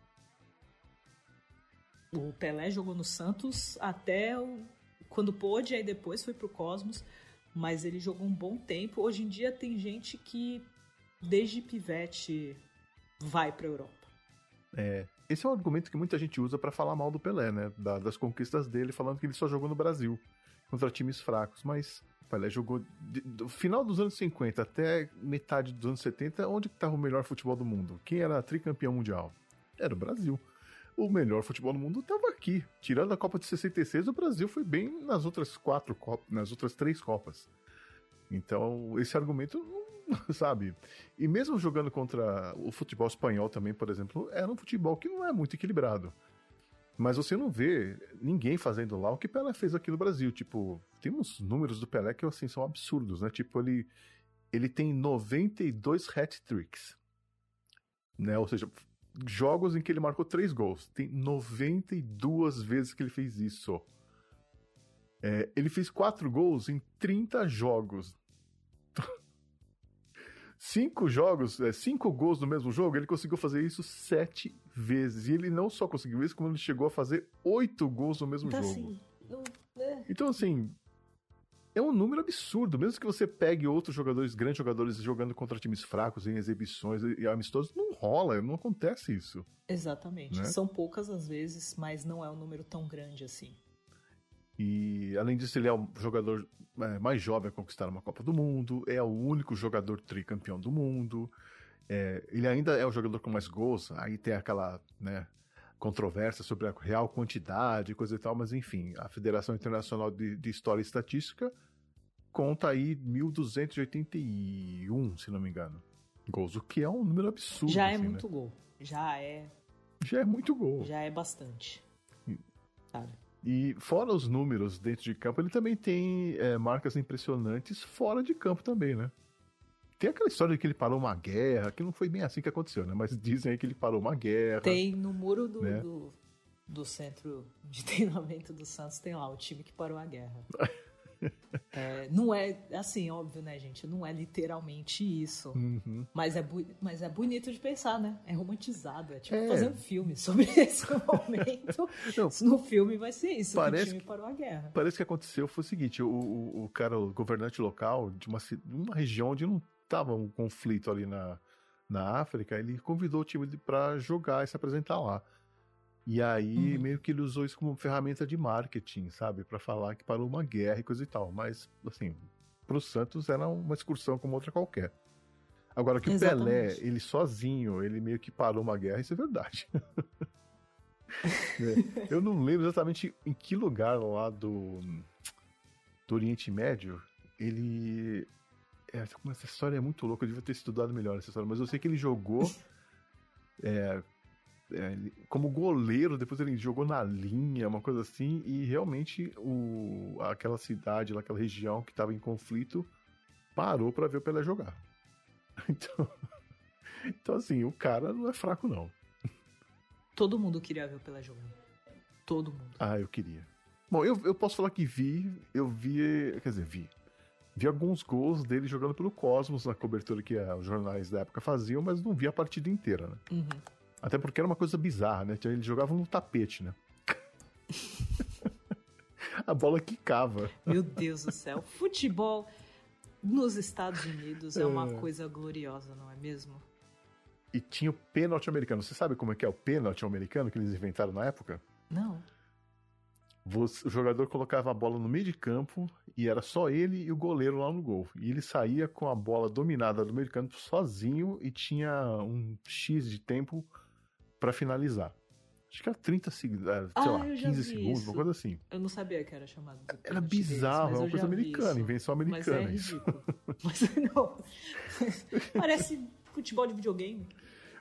[SPEAKER 7] O Pelé jogou no Santos até quando pôde, aí depois foi pro Cosmos, mas ele jogou um bom tempo. Hoje em dia tem gente que desde pivete vai pra Europa.
[SPEAKER 2] Esse é um argumento que muita gente usa pra falar mal do Pelé, né? Das conquistas dele, falando que ele só jogou no Brasil contra times fracos, mas o Pelé jogou do final dos anos 50 até metade dos anos 70, onde estava o melhor futebol do mundo? Quem era tricampeão mundial? Era o Brasil. O melhor futebol do mundo estava aqui. Tirando a Copa de 66, o Brasil foi bem nas outras 3 Copas. Então, esse argumento, sabe? E mesmo jogando contra o futebol espanhol também, por exemplo, era um futebol que não é muito equilibrado. Mas você não vê ninguém fazendo lá o que Pelé fez aqui no Brasil. Tipo, tem uns números do Pelé que assim, são absurdos, né? Tipo, ele tem 92 hat-tricks. Né? Ou seja, jogos em que ele marcou 3 gols. Tem 92 vezes que ele fez isso. Ele fez 4 gols em 30 jogos. 5 jogos, 5 gols no mesmo jogo, ele conseguiu fazer isso 7 vezes. E ele não só conseguiu isso, como ele chegou a fazer 8 gols no mesmo jogo.
[SPEAKER 7] Assim,
[SPEAKER 2] Então, assim, é um número absurdo. Mesmo que você pegue outros jogadores, grandes jogadores, jogando contra times fracos em exibições e amistosos, não rola, não acontece isso.
[SPEAKER 7] Exatamente.
[SPEAKER 2] Né?
[SPEAKER 7] São poucas as vezes, mas não é um número tão grande assim.
[SPEAKER 2] E, além disso, ele é o jogador mais jovem a conquistar uma Copa do Mundo, é o único jogador tricampeão do mundo, ele ainda é o jogador com mais gols, aí tem aquela, né, controvérsia sobre a real quantidade, coisa e tal, mas enfim, a Federação Internacional de História e Estatística conta aí 1.281, se não me engano, gols, o que é um número absurdo.
[SPEAKER 7] Já
[SPEAKER 2] assim,
[SPEAKER 7] é muito
[SPEAKER 2] né?
[SPEAKER 7] gol. Já é
[SPEAKER 2] muito gol.
[SPEAKER 7] Já é bastante. Sabe?
[SPEAKER 2] E fora os números dentro de campo, ele também tem marcas impressionantes fora de campo também, né? Tem aquela história de que ele parou uma guerra, que não foi bem assim que aconteceu, né? Mas dizem aí que ele parou uma guerra.
[SPEAKER 7] Tem no muro
[SPEAKER 2] né?
[SPEAKER 7] do centro de treinamento do Santos, tem lá o time que parou a guerra. Não é, assim, óbvio, né, gente? Não é literalmente isso.
[SPEAKER 2] Uhum.
[SPEAKER 7] Mas é bonito de pensar, né? É romantizado. É tipo fazer um filme sobre esse momento.
[SPEAKER 2] Não,
[SPEAKER 7] no filme vai ser isso, que o time
[SPEAKER 2] que
[SPEAKER 7] parou a guerra.
[SPEAKER 2] Parece que aconteceu foi o seguinte, o cara, o governante local de uma região onde não tava um conflito ali na África, ele convidou o time pra jogar e se apresentar lá. E aí, meio que ele usou isso como ferramenta de marketing, sabe? Pra falar que parou uma guerra e coisa e tal. Mas, assim, pro Santos era uma excursão como outra qualquer. Agora, que o Pelé, ele sozinho, ele meio que parou uma guerra, isso é verdade. Eu não lembro exatamente em que lugar lá do Oriente Médio, ele... essa história é muito louca, eu devia ter estudado melhor essa história, mas eu sei que ele jogou... como goleiro, depois ele jogou na linha, uma coisa assim, e realmente aquela cidade, aquela região que estava em conflito, parou para ver o Pelé jogar. Então, assim, o cara não é fraco, não.
[SPEAKER 7] Todo mundo queria ver o Pelé jogando. Todo mundo.
[SPEAKER 2] Eu queria. Bom, eu posso falar que vi alguns gols dele jogando pelo Cosmos, na cobertura que os jornais da época faziam, mas não vi a partida inteira, né?
[SPEAKER 7] Uhum.
[SPEAKER 2] Até porque era uma coisa bizarra, né? Eles jogavam no tapete, né? A bola quicava.
[SPEAKER 7] Meu Deus do céu. Futebol nos Estados Unidos é uma coisa gloriosa, não é mesmo?
[SPEAKER 2] E tinha o pênalti americano. Você sabe como é que é o pênalti americano que eles inventaram na época?
[SPEAKER 7] Não.
[SPEAKER 2] O jogador colocava a bola no meio de campo e era só ele e o goleiro lá no gol. E ele saía com a bola dominada do meio de campo sozinho e tinha um X de tempo pra finalizar. Acho que era 30 segundos, sei lá, 15 segundos, uma coisa assim.
[SPEAKER 7] Eu não sabia que era chamado de pênalti.
[SPEAKER 2] Era bizarro, é uma coisa americana, invenção americana.
[SPEAKER 7] Mas é ridículo. Mas não. Parece futebol de videogame.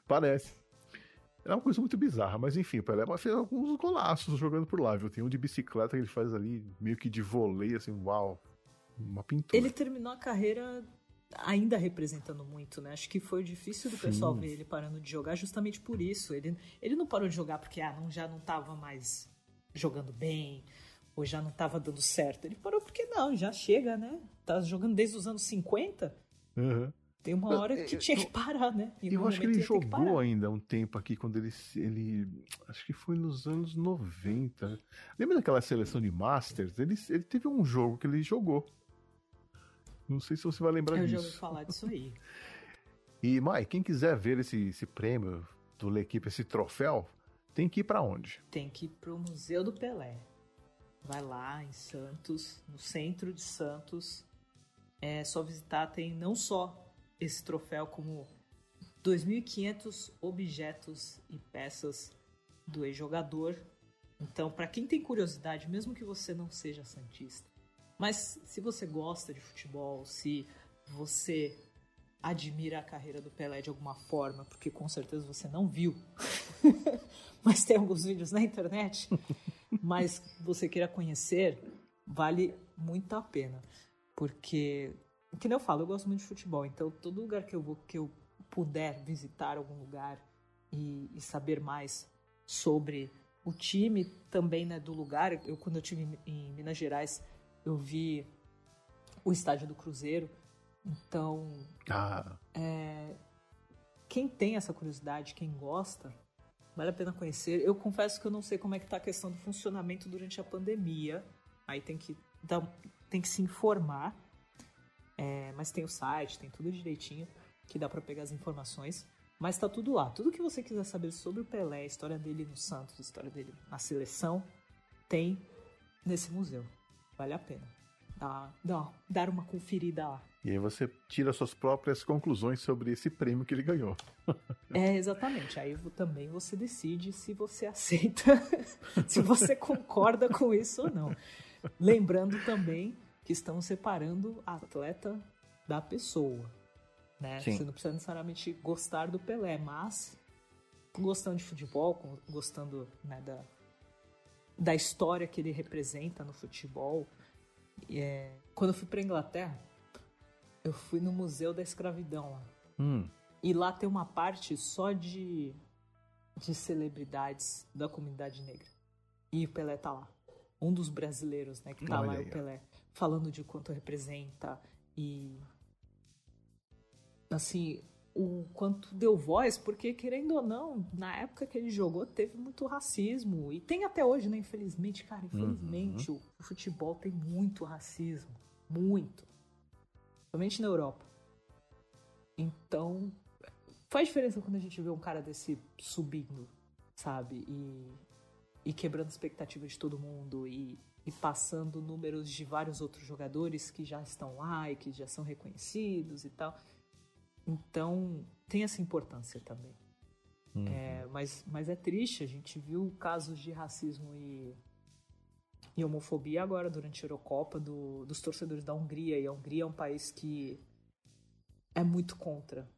[SPEAKER 2] Parece. É uma coisa muito bizarra, mas enfim, o Pelé fez alguns golaços jogando por lá, viu? Tem um de bicicleta que ele faz ali, meio que de vôlei, assim, uau, uma pintura.
[SPEAKER 7] Ele terminou a carreira ainda representando muito, né? Acho que foi difícil do pessoal ver ele parando de jogar justamente por isso. Ele não parou de jogar porque já não tava mais jogando bem, ou já não tava dando certo. Ele parou porque não, já chega, né? Tá jogando desde os anos 50.
[SPEAKER 2] Uhum.
[SPEAKER 7] Tem uma hora que tinha que parar, né?
[SPEAKER 2] Eu acho que ele jogou ainda um tempo aqui, quando ele. Acho que foi nos anos 90. Lembra daquela seleção de Masters? Ele teve um jogo que ele jogou. Não sei se você vai lembrar disso.
[SPEAKER 7] Eu já ouvi falar disso aí.
[SPEAKER 2] E, Mai, quem quiser ver esse prêmio do L'Equipe, esse troféu, tem que ir pra onde?
[SPEAKER 7] Tem que ir pro Museu do Pelé. Vai lá em Santos, no centro de Santos. É só visitar, tem não só esse troféu como 2.500 objetos e peças do ex-jogador. Então, para quem tem curiosidade, mesmo que você não seja santista, mas se você gosta de futebol, se você admira a carreira do Pelé de alguma forma, porque com certeza você não viu, mas tem alguns vídeos na internet, mas você queira conhecer, vale muito a pena. Porque, que nem eu falo, eu gosto muito de futebol, então todo lugar que eu vou, que eu puder visitar algum lugar e saber mais sobre o time também, né, do lugar. Quando eu estive em Minas Gerais, eu vi o estádio do Cruzeiro. Então, quem tem essa curiosidade, quem gosta, vale a pena conhecer. Eu confesso que eu não sei como é que tá a questão do funcionamento durante a pandemia. Aí tem que se informar. Mas tem o site, tem tudo direitinho, que dá pra pegar as informações. Mas tá tudo lá. Tudo que você quiser saber sobre o Pelé, a história dele no Santos, a história dele na seleção, tem nesse museu. Vale a pena dar uma conferida lá.
[SPEAKER 2] E aí você tira suas próprias conclusões sobre esse prêmio que ele ganhou.
[SPEAKER 7] Exatamente. Aí também você decide se você aceita, se você concorda com isso ou não. Lembrando também que estamos separando a atleta da pessoa, né? Você não precisa necessariamente gostar do Pelé, mas gostando de futebol, gostando, né, da história que ele representa no futebol. Quando eu fui pra Inglaterra, eu fui no Museu da Escravidão lá. E lá tem uma parte só de celebridades da comunidade negra. E o Pelé tá lá. Um dos brasileiros, né, que tá lá é o Pelé. Falando de quanto representa e, assim, o quanto deu voz, porque, querendo ou não, na época que ele jogou, teve muito racismo. E tem até hoje, né, infelizmente, cara, infelizmente, o futebol tem muito racismo. Muito. Somente na Europa. Então, faz diferença quando a gente vê um cara desse subindo, sabe? E quebrando a expectativa de todo mundo e passando números de vários outros jogadores que já estão lá e que já são reconhecidos e tal. Então, tem essa importância também. Mas é triste, a gente viu casos de racismo e homofobia agora durante a Eurocopa dos torcedores da Hungria. E a Hungria é um país que é muito contra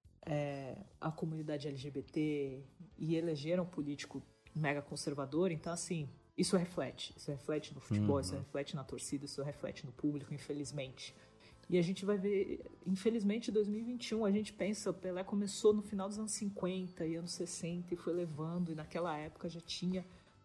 [SPEAKER 7] a comunidade LGBT e elegeram um político mega conservador. Então, assim, isso reflete no futebol, isso reflete na torcida, isso reflete no público, infelizmente. E a gente vai ver, infelizmente, em 2021, a gente pensa, o Pelé começou no final dos anos 50 e anos 60 e foi levando, e naquela época já tinha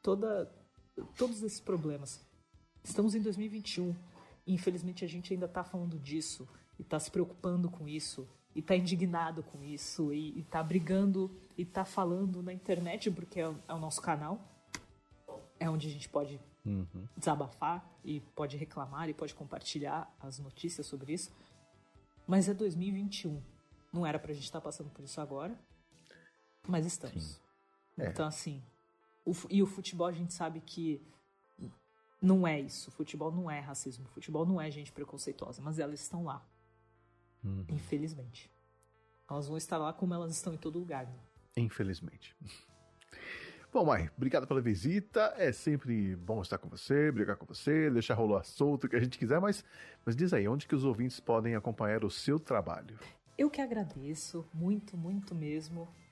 [SPEAKER 7] todos esses problemas. Estamos em 2021 e, infelizmente, a gente ainda tá falando disso e tá se preocupando com isso e tá indignado com isso e tá brigando e tá falando na internet, porque é o nosso canal, é onde a gente pode desabafar e pode reclamar e pode compartilhar as notícias sobre isso. Mas é 2021. Não era pra gente estar passando por isso agora, mas estamos. Então, assim, o futebol, a gente sabe que não é isso. O futebol não é racismo. O futebol não é gente preconceituosa, mas elas estão lá. Infelizmente. Elas vão estar lá como elas estão em todo lugar, né?
[SPEAKER 2] Infelizmente. Bom, Mai, obrigado pela visita. É sempre bom estar com você, brigar com você, deixar rolar solto o que a gente quiser, mas diz aí, onde que os ouvintes podem acompanhar o seu trabalho?
[SPEAKER 7] Eu que agradeço, muito, muito mesmo.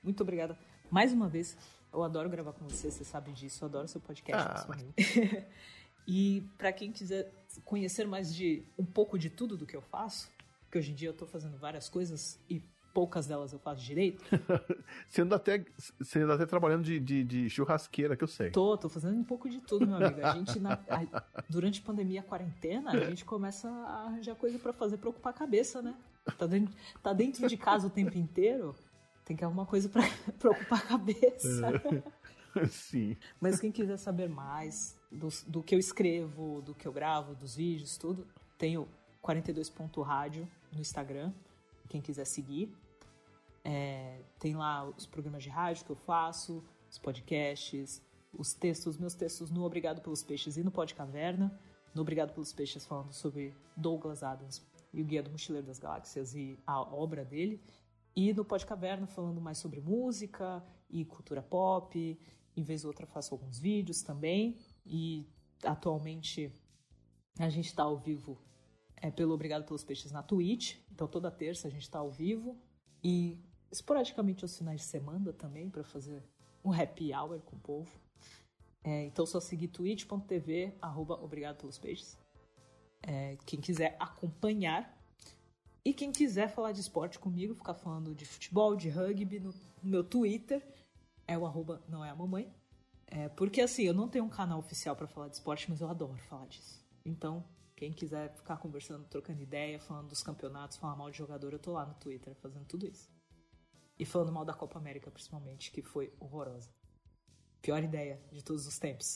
[SPEAKER 7] Muito obrigada. Mais uma vez, eu adoro gravar com você sabe disso. Eu adoro seu podcast. Principalmente. E para quem quiser conhecer mais de um pouco de tudo do que eu faço, porque hoje em dia eu tô fazendo várias coisas e poucas delas eu faço direito.
[SPEAKER 2] Você anda até trabalhando de churrasqueira, que eu sei.
[SPEAKER 7] Tô fazendo um pouco de tudo, meu amigo. A gente, durante a pandemia, a quarentena, a gente começa a arranjar coisa pra fazer pra ocupar a cabeça, né? Tá dentro de casa o tempo inteiro, tem que arrumar coisa pra ocupar a cabeça.
[SPEAKER 2] Sim.
[SPEAKER 7] Mas quem quiser saber mais do que eu escrevo, do que eu gravo, dos vídeos, tudo, tenho 42.radio no Instagram, quem quiser seguir. Tem lá os programas de rádio que eu faço, os podcasts, meus textos no Obrigado Pelos Peixes e no Podcaverna. No Obrigado Pelos Peixes falando sobre Douglas Adams e o Guia do Mochileiro das Galáxias e a obra dele. E no Podcaverna falando mais sobre música e cultura pop. Em vez ou outra faço alguns vídeos também. E atualmente a gente está ao vivo pelo Obrigado Pelos Peixes na Twitch. Então toda terça a gente está ao vivo. E esporadicamente aos finais de semana também, para fazer um happy hour com o povo. Então só seguir twitch.tv/Obrigado Pelos Peixes. Quem quiser acompanhar. E quem quiser falar de esporte comigo, ficar falando de futebol, de rugby, no meu Twitter, é o @nãoéamamãe. Porque assim, eu não tenho um canal oficial para falar de esporte, mas eu adoro falar disso. Então, quem quiser ficar conversando, trocando ideia, falando dos campeonatos, falar mal de jogador, eu tô lá no Twitter fazendo tudo isso. E falando mal da Copa América, principalmente, que foi horrorosa. Pior ideia de todos os tempos.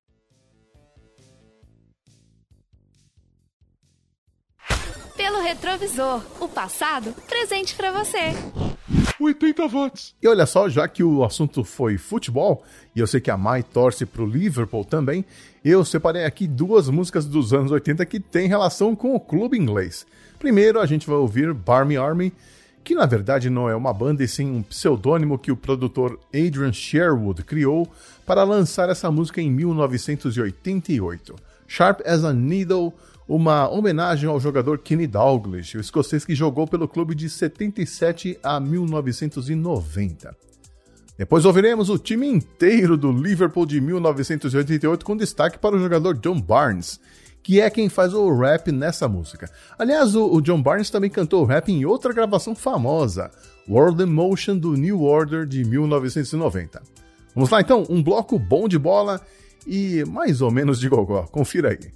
[SPEAKER 6] Pelo retrovisor, o passado presente pra você.
[SPEAKER 2] 80 watts. E olha só, já que o assunto foi futebol, e eu sei que a Mai torce pro Liverpool também, eu separei aqui duas músicas dos anos 80 que têm relação com o clube inglês. Primeiro, a gente vai ouvir Barmy Army, que na verdade não é uma banda e sim um pseudônimo que o produtor Adrian Sherwood criou para lançar essa música em 1988. Sharp as a Needle, uma homenagem ao jogador Kenny Dalglish, o escocês que jogou pelo clube de 77 a 1990. Depois ouviremos o time inteiro do Liverpool de 1988 com destaque para o jogador John Barnes, que é quem faz o rap nessa música. Aliás, o John Barnes também cantou rap em outra gravação famosa, World in Motion do New Order de 1990. Vamos lá então, um bloco bom de bola e mais ou menos de gogó. Confira aí.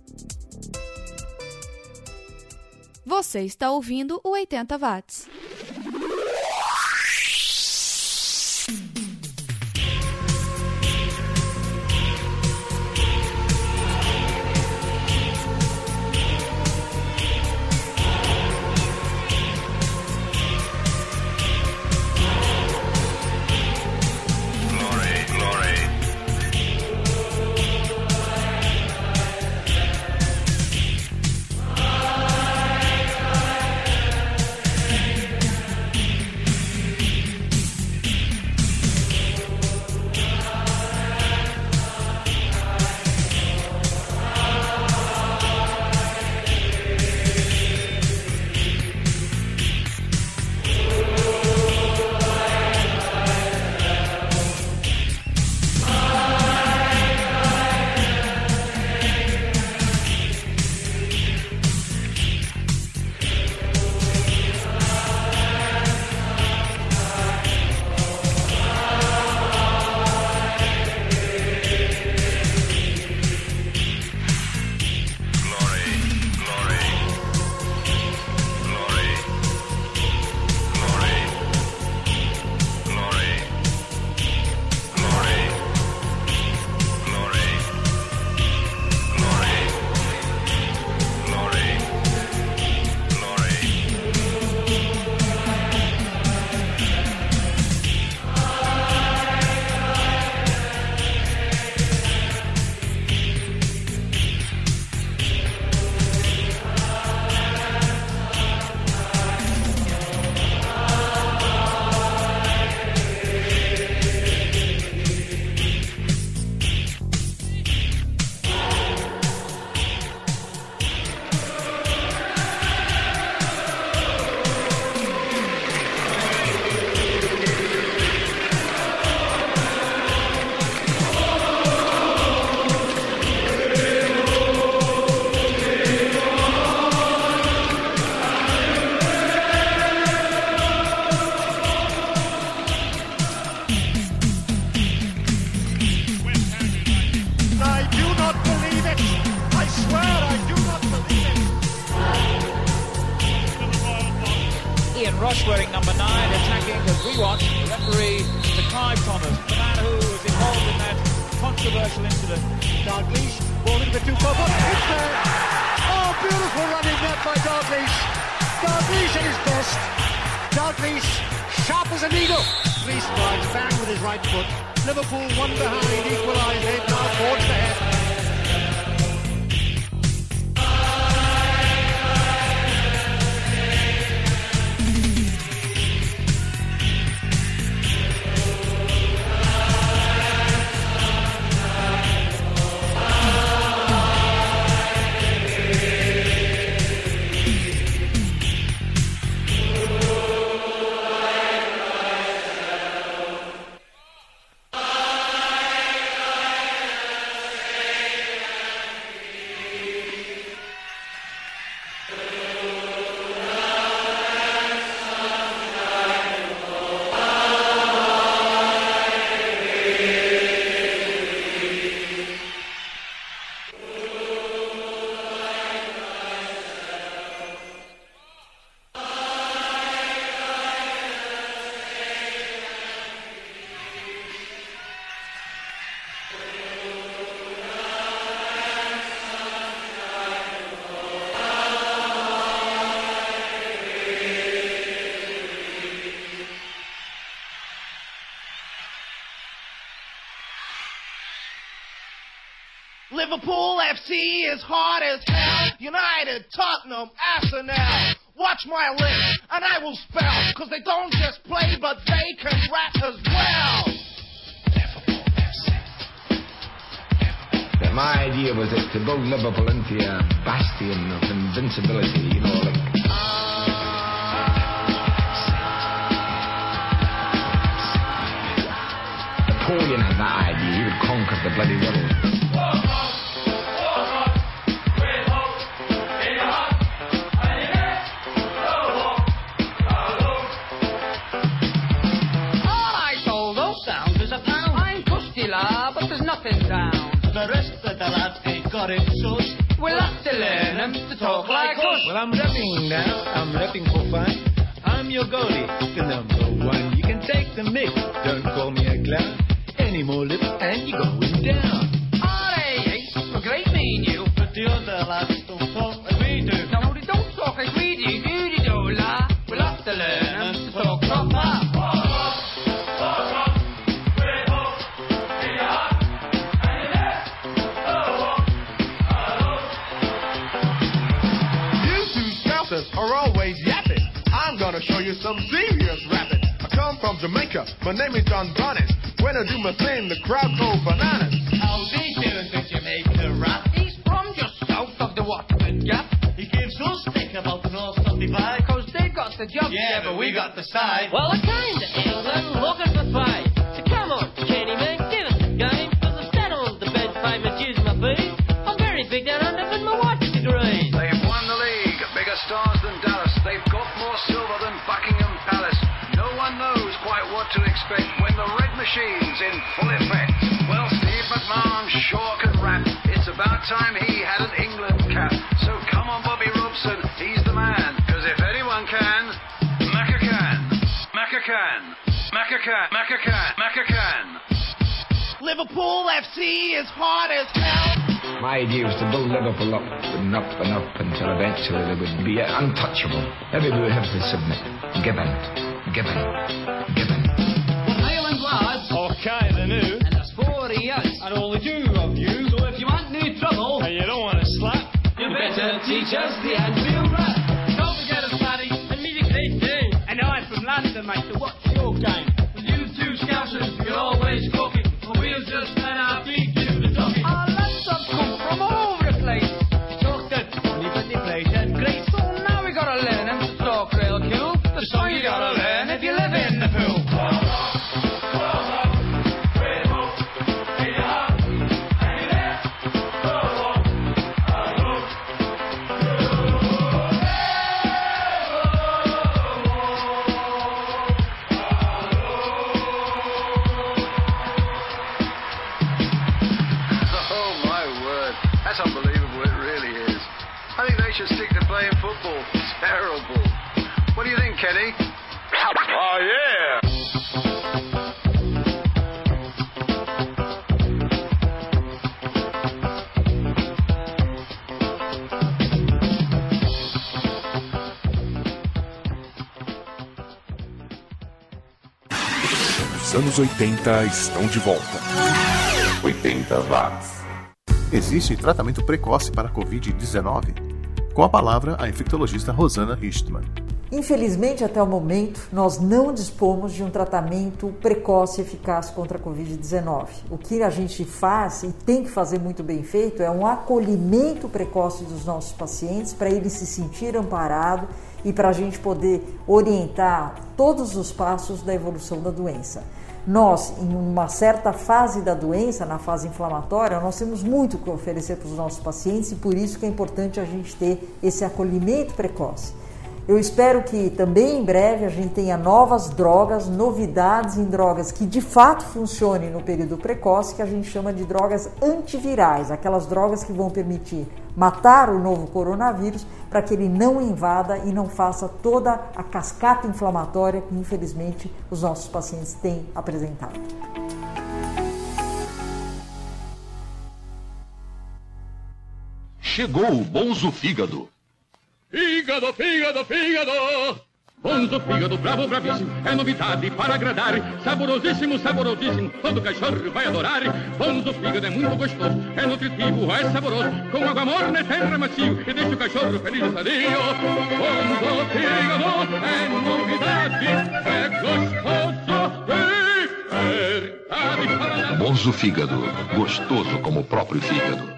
[SPEAKER 6] Você está ouvindo o 80 watts.
[SPEAKER 9] Rush wearing number 9, attacking as we watch the referee to Clive Thomas, the man who was involved in that controversial incident.
[SPEAKER 10] Dalglish, ball in the 2-4, it's there! Oh, beautiful running net by Dalglish. Dalglish at his best. Dalglish, sharp as a needle. 3 strikes, bang with his right foot. Liverpool 1 behind, equalised, head now towards the head.
[SPEAKER 11] Liverpool FC is hard as hell. United, Tottenham, Arsenal. Watch my lips, and I will spell. Cause they don't just play, but they can rap as well.
[SPEAKER 12] My idea was that to build Liverpool into a bastion of invincibility, you know, like... Napoleon had that idea, he would conquer the bloody world.
[SPEAKER 13] But there's nothing down.
[SPEAKER 11] The rest of the lads ain't got it, sus.
[SPEAKER 13] We'll have to learn them to talk like us.
[SPEAKER 14] Well, I'm repping now. I'm repping for fun. I'm your goalie, the number 1. You can take the mick. Don't call me a clown. Any more lips and you're going down.
[SPEAKER 13] Alright, we're great, me and you.
[SPEAKER 11] But the other lads don't talk like we do.
[SPEAKER 13] No, they don't talk like we do. Do-de-do-la. We'll have to learn them to talk proper.
[SPEAKER 15] Are always yapping. I'm gonna show you some serious rapping. I come from Jamaica, my name is John Bonnet. When I do my thing, the crowd go bananas.
[SPEAKER 11] How's he doing the Jamaica rap?
[SPEAKER 13] He's from just south of the Watford Gap.
[SPEAKER 11] He gives us stick about the north of the divide.
[SPEAKER 13] Cause they've got the job.
[SPEAKER 11] Yeah, but we got the side.
[SPEAKER 13] Well, I came to England looking for fight. So come on, Kenny man, give us a game. Cause I sat on the bed, paid my dues, my fees. I'm very big down under with my watch degree.
[SPEAKER 16] They've won the league, bigger stars than Dallas. They've got more silver than Buckingham Palace. No one knows quite what to expect when the red machine's in full effect. Well, Steve McMahon sure can rap. It's about time he had an England cap. So come on, Bobby Robson, he's the man. Cause if anyone can, Macca can. Macca can. Macca can. Macca can. Macca can.
[SPEAKER 11] Liverpool FC is hard as hell.
[SPEAKER 12] My idea was to build Liverpool up and up and up until eventually they would be untouchable. Everybody would have to submit. Given. Given. Given.
[SPEAKER 13] Well, Highland lads.
[SPEAKER 11] Okay, the new.
[SPEAKER 13] And there's 4 of us.
[SPEAKER 11] And only 2 of you.
[SPEAKER 13] So if you want new trouble.
[SPEAKER 11] And you don't want to slap.
[SPEAKER 13] You better teach us the Anfield rap. Don't forget us, Paddy. And leave a great day. And I'm from London, mate, so what's your game? Well, you 2 scousers, you're always cooking. Well, we'll just let our feet do the talking. Our lads have come from all over the place. Talk that funny, but they play that great. So now we gotta learn them to talk real cool. The song you gotta learn if you live in the pool.
[SPEAKER 16] That's unbelievable, it really is. I think they should stick to playing football. It's terrible. What do you think, Kenny?
[SPEAKER 15] Oh, yeah!
[SPEAKER 17] Os anos 80 estão de volta. 80 watts.
[SPEAKER 2] Existe tratamento precoce para a Covid-19? Com a palavra, a infectologista Rosana Richtmann.
[SPEAKER 18] Infelizmente, até o momento, nós não dispomos de um tratamento precoce e eficaz contra a Covid-19. O que a gente faz, e tem que fazer muito bem feito, é um acolhimento precoce dos nossos pacientes para eles se sentirem amparados e para a gente poder orientar todos os passos da evolução da doença. Nós, em uma certa fase da doença, na fase inflamatória, nós temos muito que oferecer para os nossos pacientes e por isso que é importante a gente ter esse acolhimento precoce. Eu espero que também em breve a gente tenha novas drogas, novidades em drogas que de fato funcionem no período precoce, que a gente chama de drogas antivirais, aquelas drogas que vão permitir matar o novo coronavírus para que ele não invada e não faça toda a cascata inflamatória que infelizmente os nossos pacientes têm apresentado.
[SPEAKER 19] Chegou o Bonzo Fígado.
[SPEAKER 20] Fígado, fígado, fígado! Bonzo Fígado, bravo, bravíssimo, é novidade para agradar. Saborosíssimo, saborosíssimo, todo cachorro vai adorar. Bonzo Fígado é muito gostoso, é nutritivo, é saboroso. Com água morna é terra macio e deixa o cachorro feliz e sadio. Bonzo Fígado é novidade, é gostoso e verdade.
[SPEAKER 19] Bonzo Fígado, gostoso como o próprio fígado.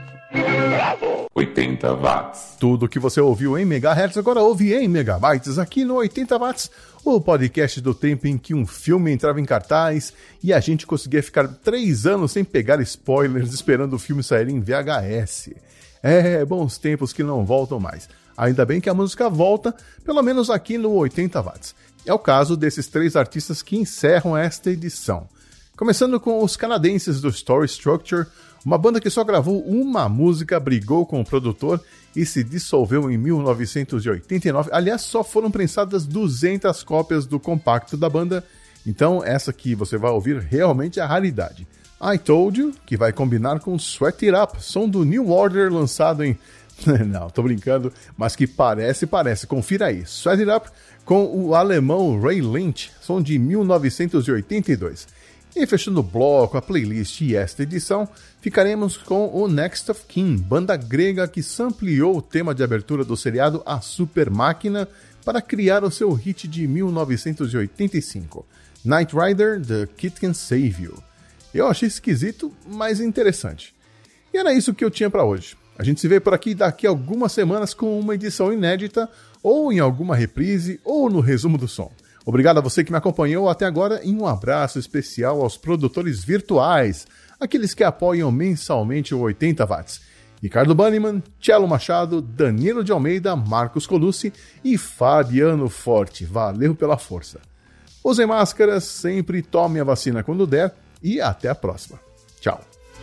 [SPEAKER 17] 80 watts.
[SPEAKER 2] Tudo que você ouviu em megahertz agora ouve em megabytes aqui no 80 watts, o podcast do tempo em que um filme entrava em cartaz e a gente conseguia ficar 3 anos sem pegar spoilers esperando o filme sair em VHS. Bons tempos que não voltam mais. Ainda bem que a música volta, pelo menos aqui no 80 watts. É o caso desses 3 artistas que encerram esta edição. Começando com os canadenses do Story Structure, uma banda que só gravou uma música, brigou com o produtor e se dissolveu em 1989. Aliás, só foram prensadas 200 cópias do compacto da banda, então essa que você vai ouvir realmente é a raridade. I Told You, que vai combinar com Sweat It Up, som do New Order lançado em... Não, tô brincando, mas que parece. Confira aí, Sweat It Up com o alemão Ray Lynch, som de 1982. E fechando o bloco, a playlist e esta edição, ficaremos com o Next of Kin, banda grega que sampleou o tema de abertura do seriado A Super Máquina para criar o seu hit de 1985, Knight Rider, The Kid Can Save You. Eu achei esquisito, mas interessante. E era isso que eu tinha para hoje. A gente se vê por aqui daqui a algumas semanas com uma edição inédita, ou em alguma reprise, ou no resumo do som. Obrigado a você que me acompanhou até agora e um abraço especial aos produtores virtuais, aqueles que apoiam mensalmente o 80 watts. Ricardo Banniman, Cello Machado, Danilo de Almeida, Marcos Colucci e Fabiano Forte. Valeu pela força. Usem máscaras, sempre tomem a vacina quando der e até a próxima. Tchau.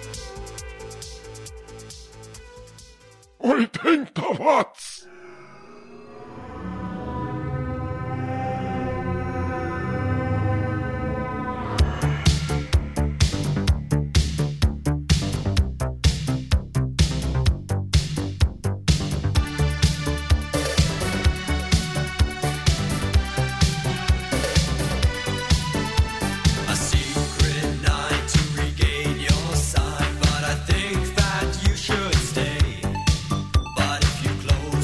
[SPEAKER 17] 80 watts!
[SPEAKER 4] But if you close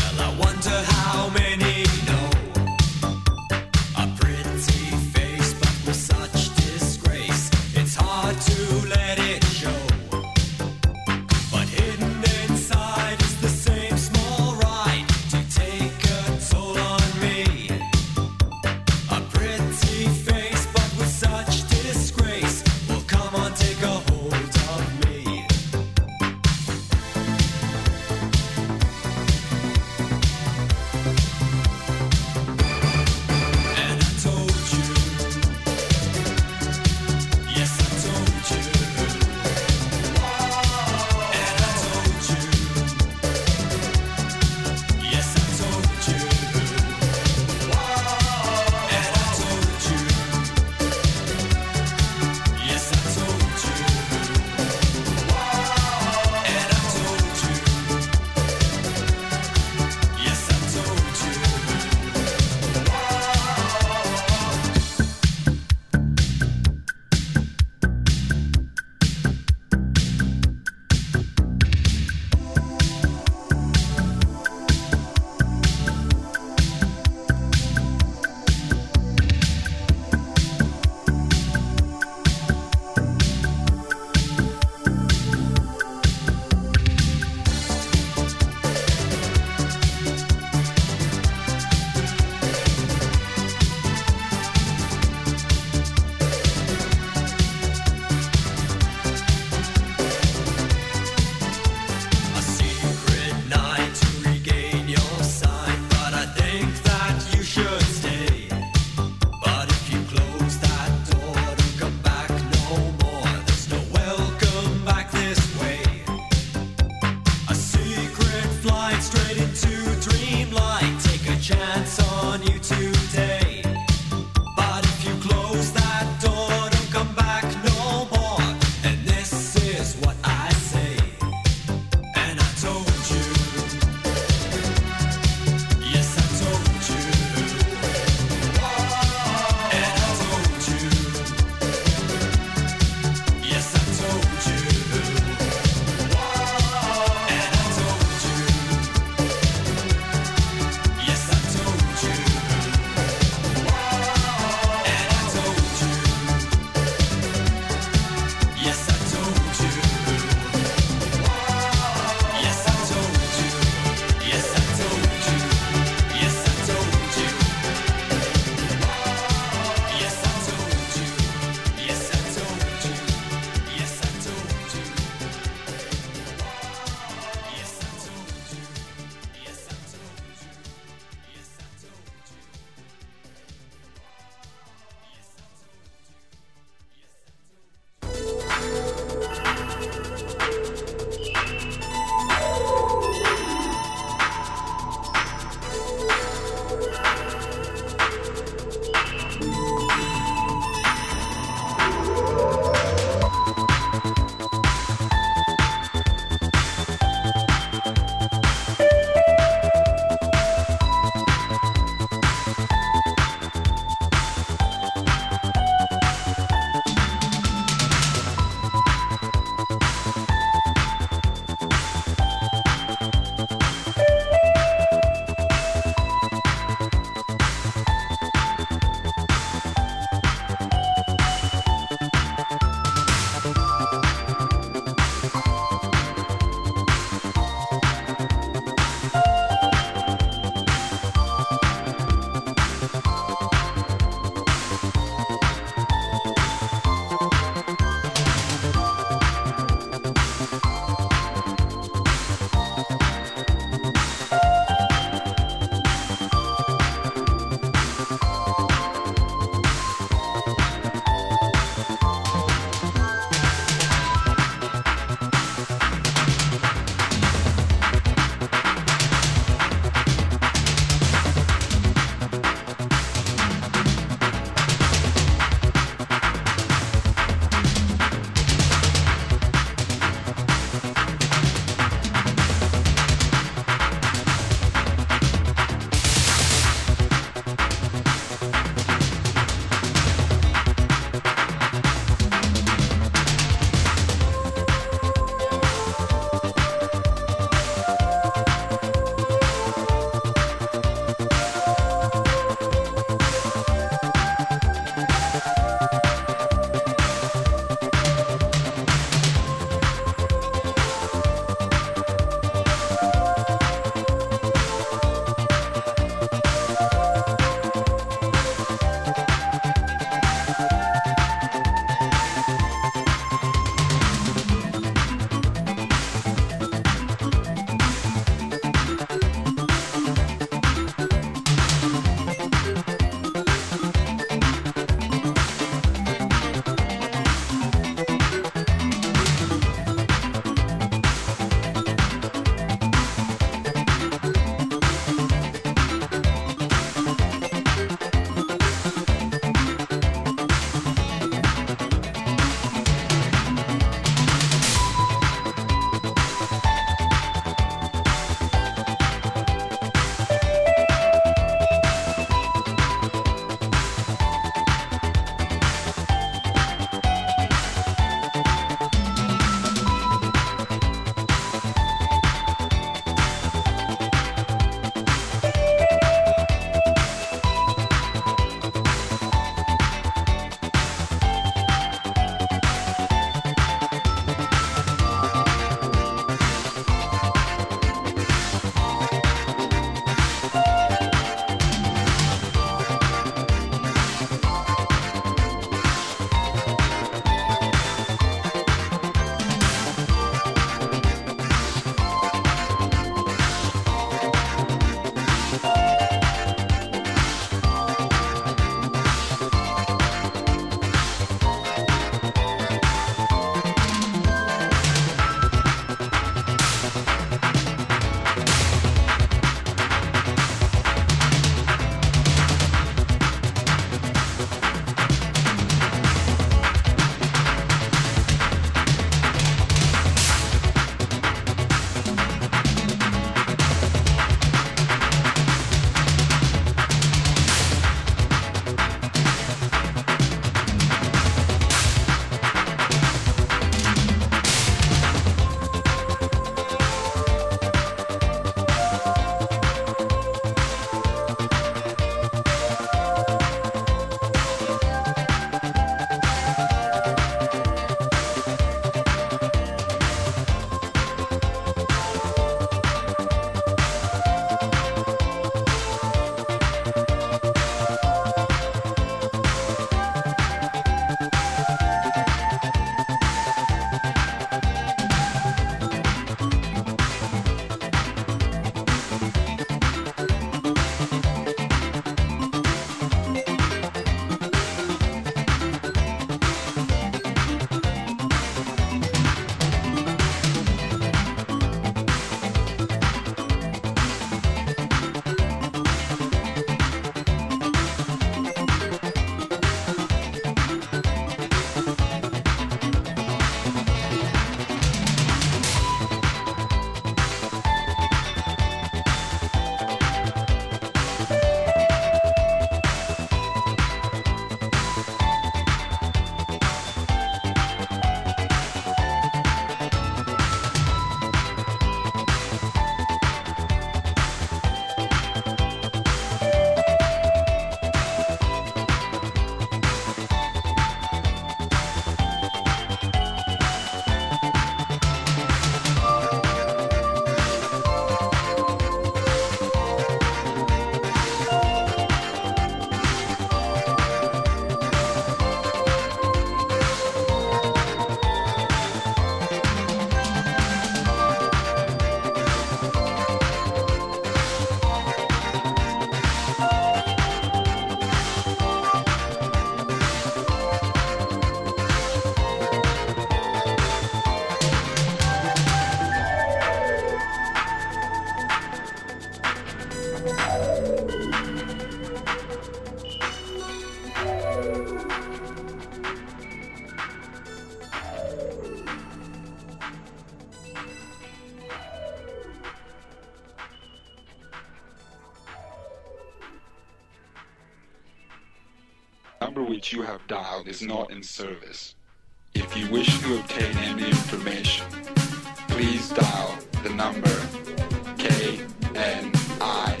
[SPEAKER 17] which you have dialed is not in service. If you wish to obtain any information, please dial the number KNIGHTRIDER.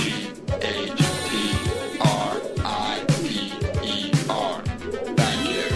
[SPEAKER 17] Thank you.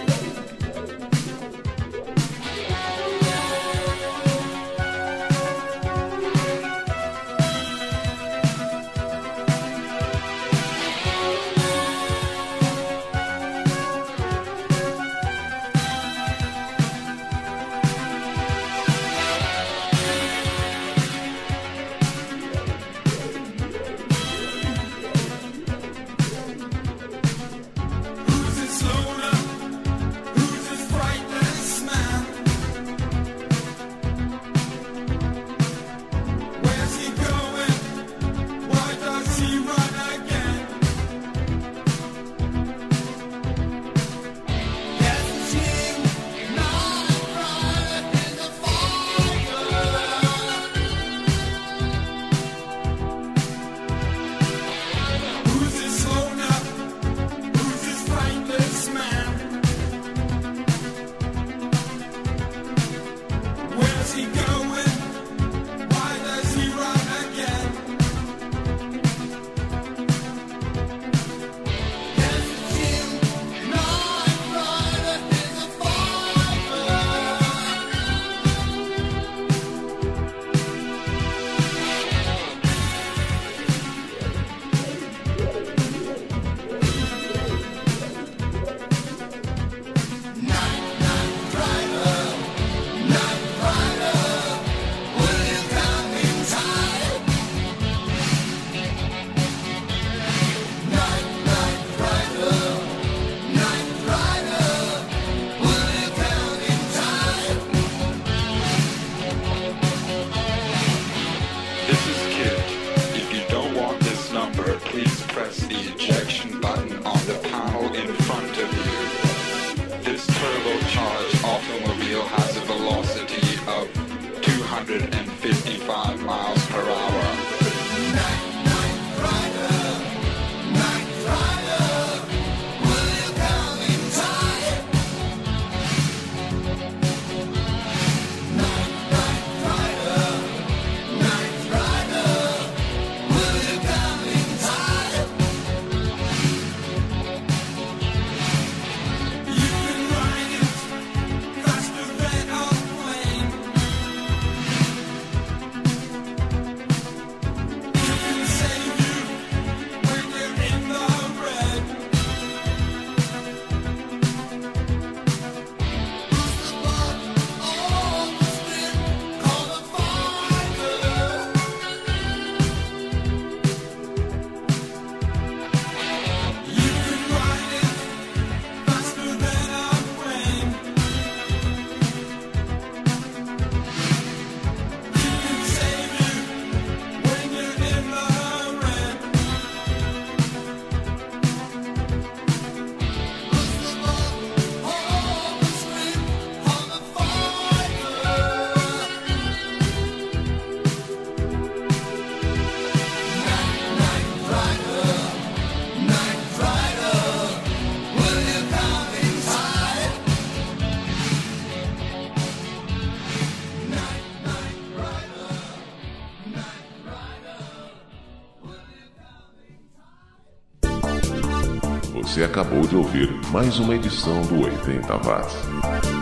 [SPEAKER 17] turbocharged automobile has a velocity of 255 miles per hour.
[SPEAKER 21] Você acabou de ouvir mais uma edição do 80 Watts.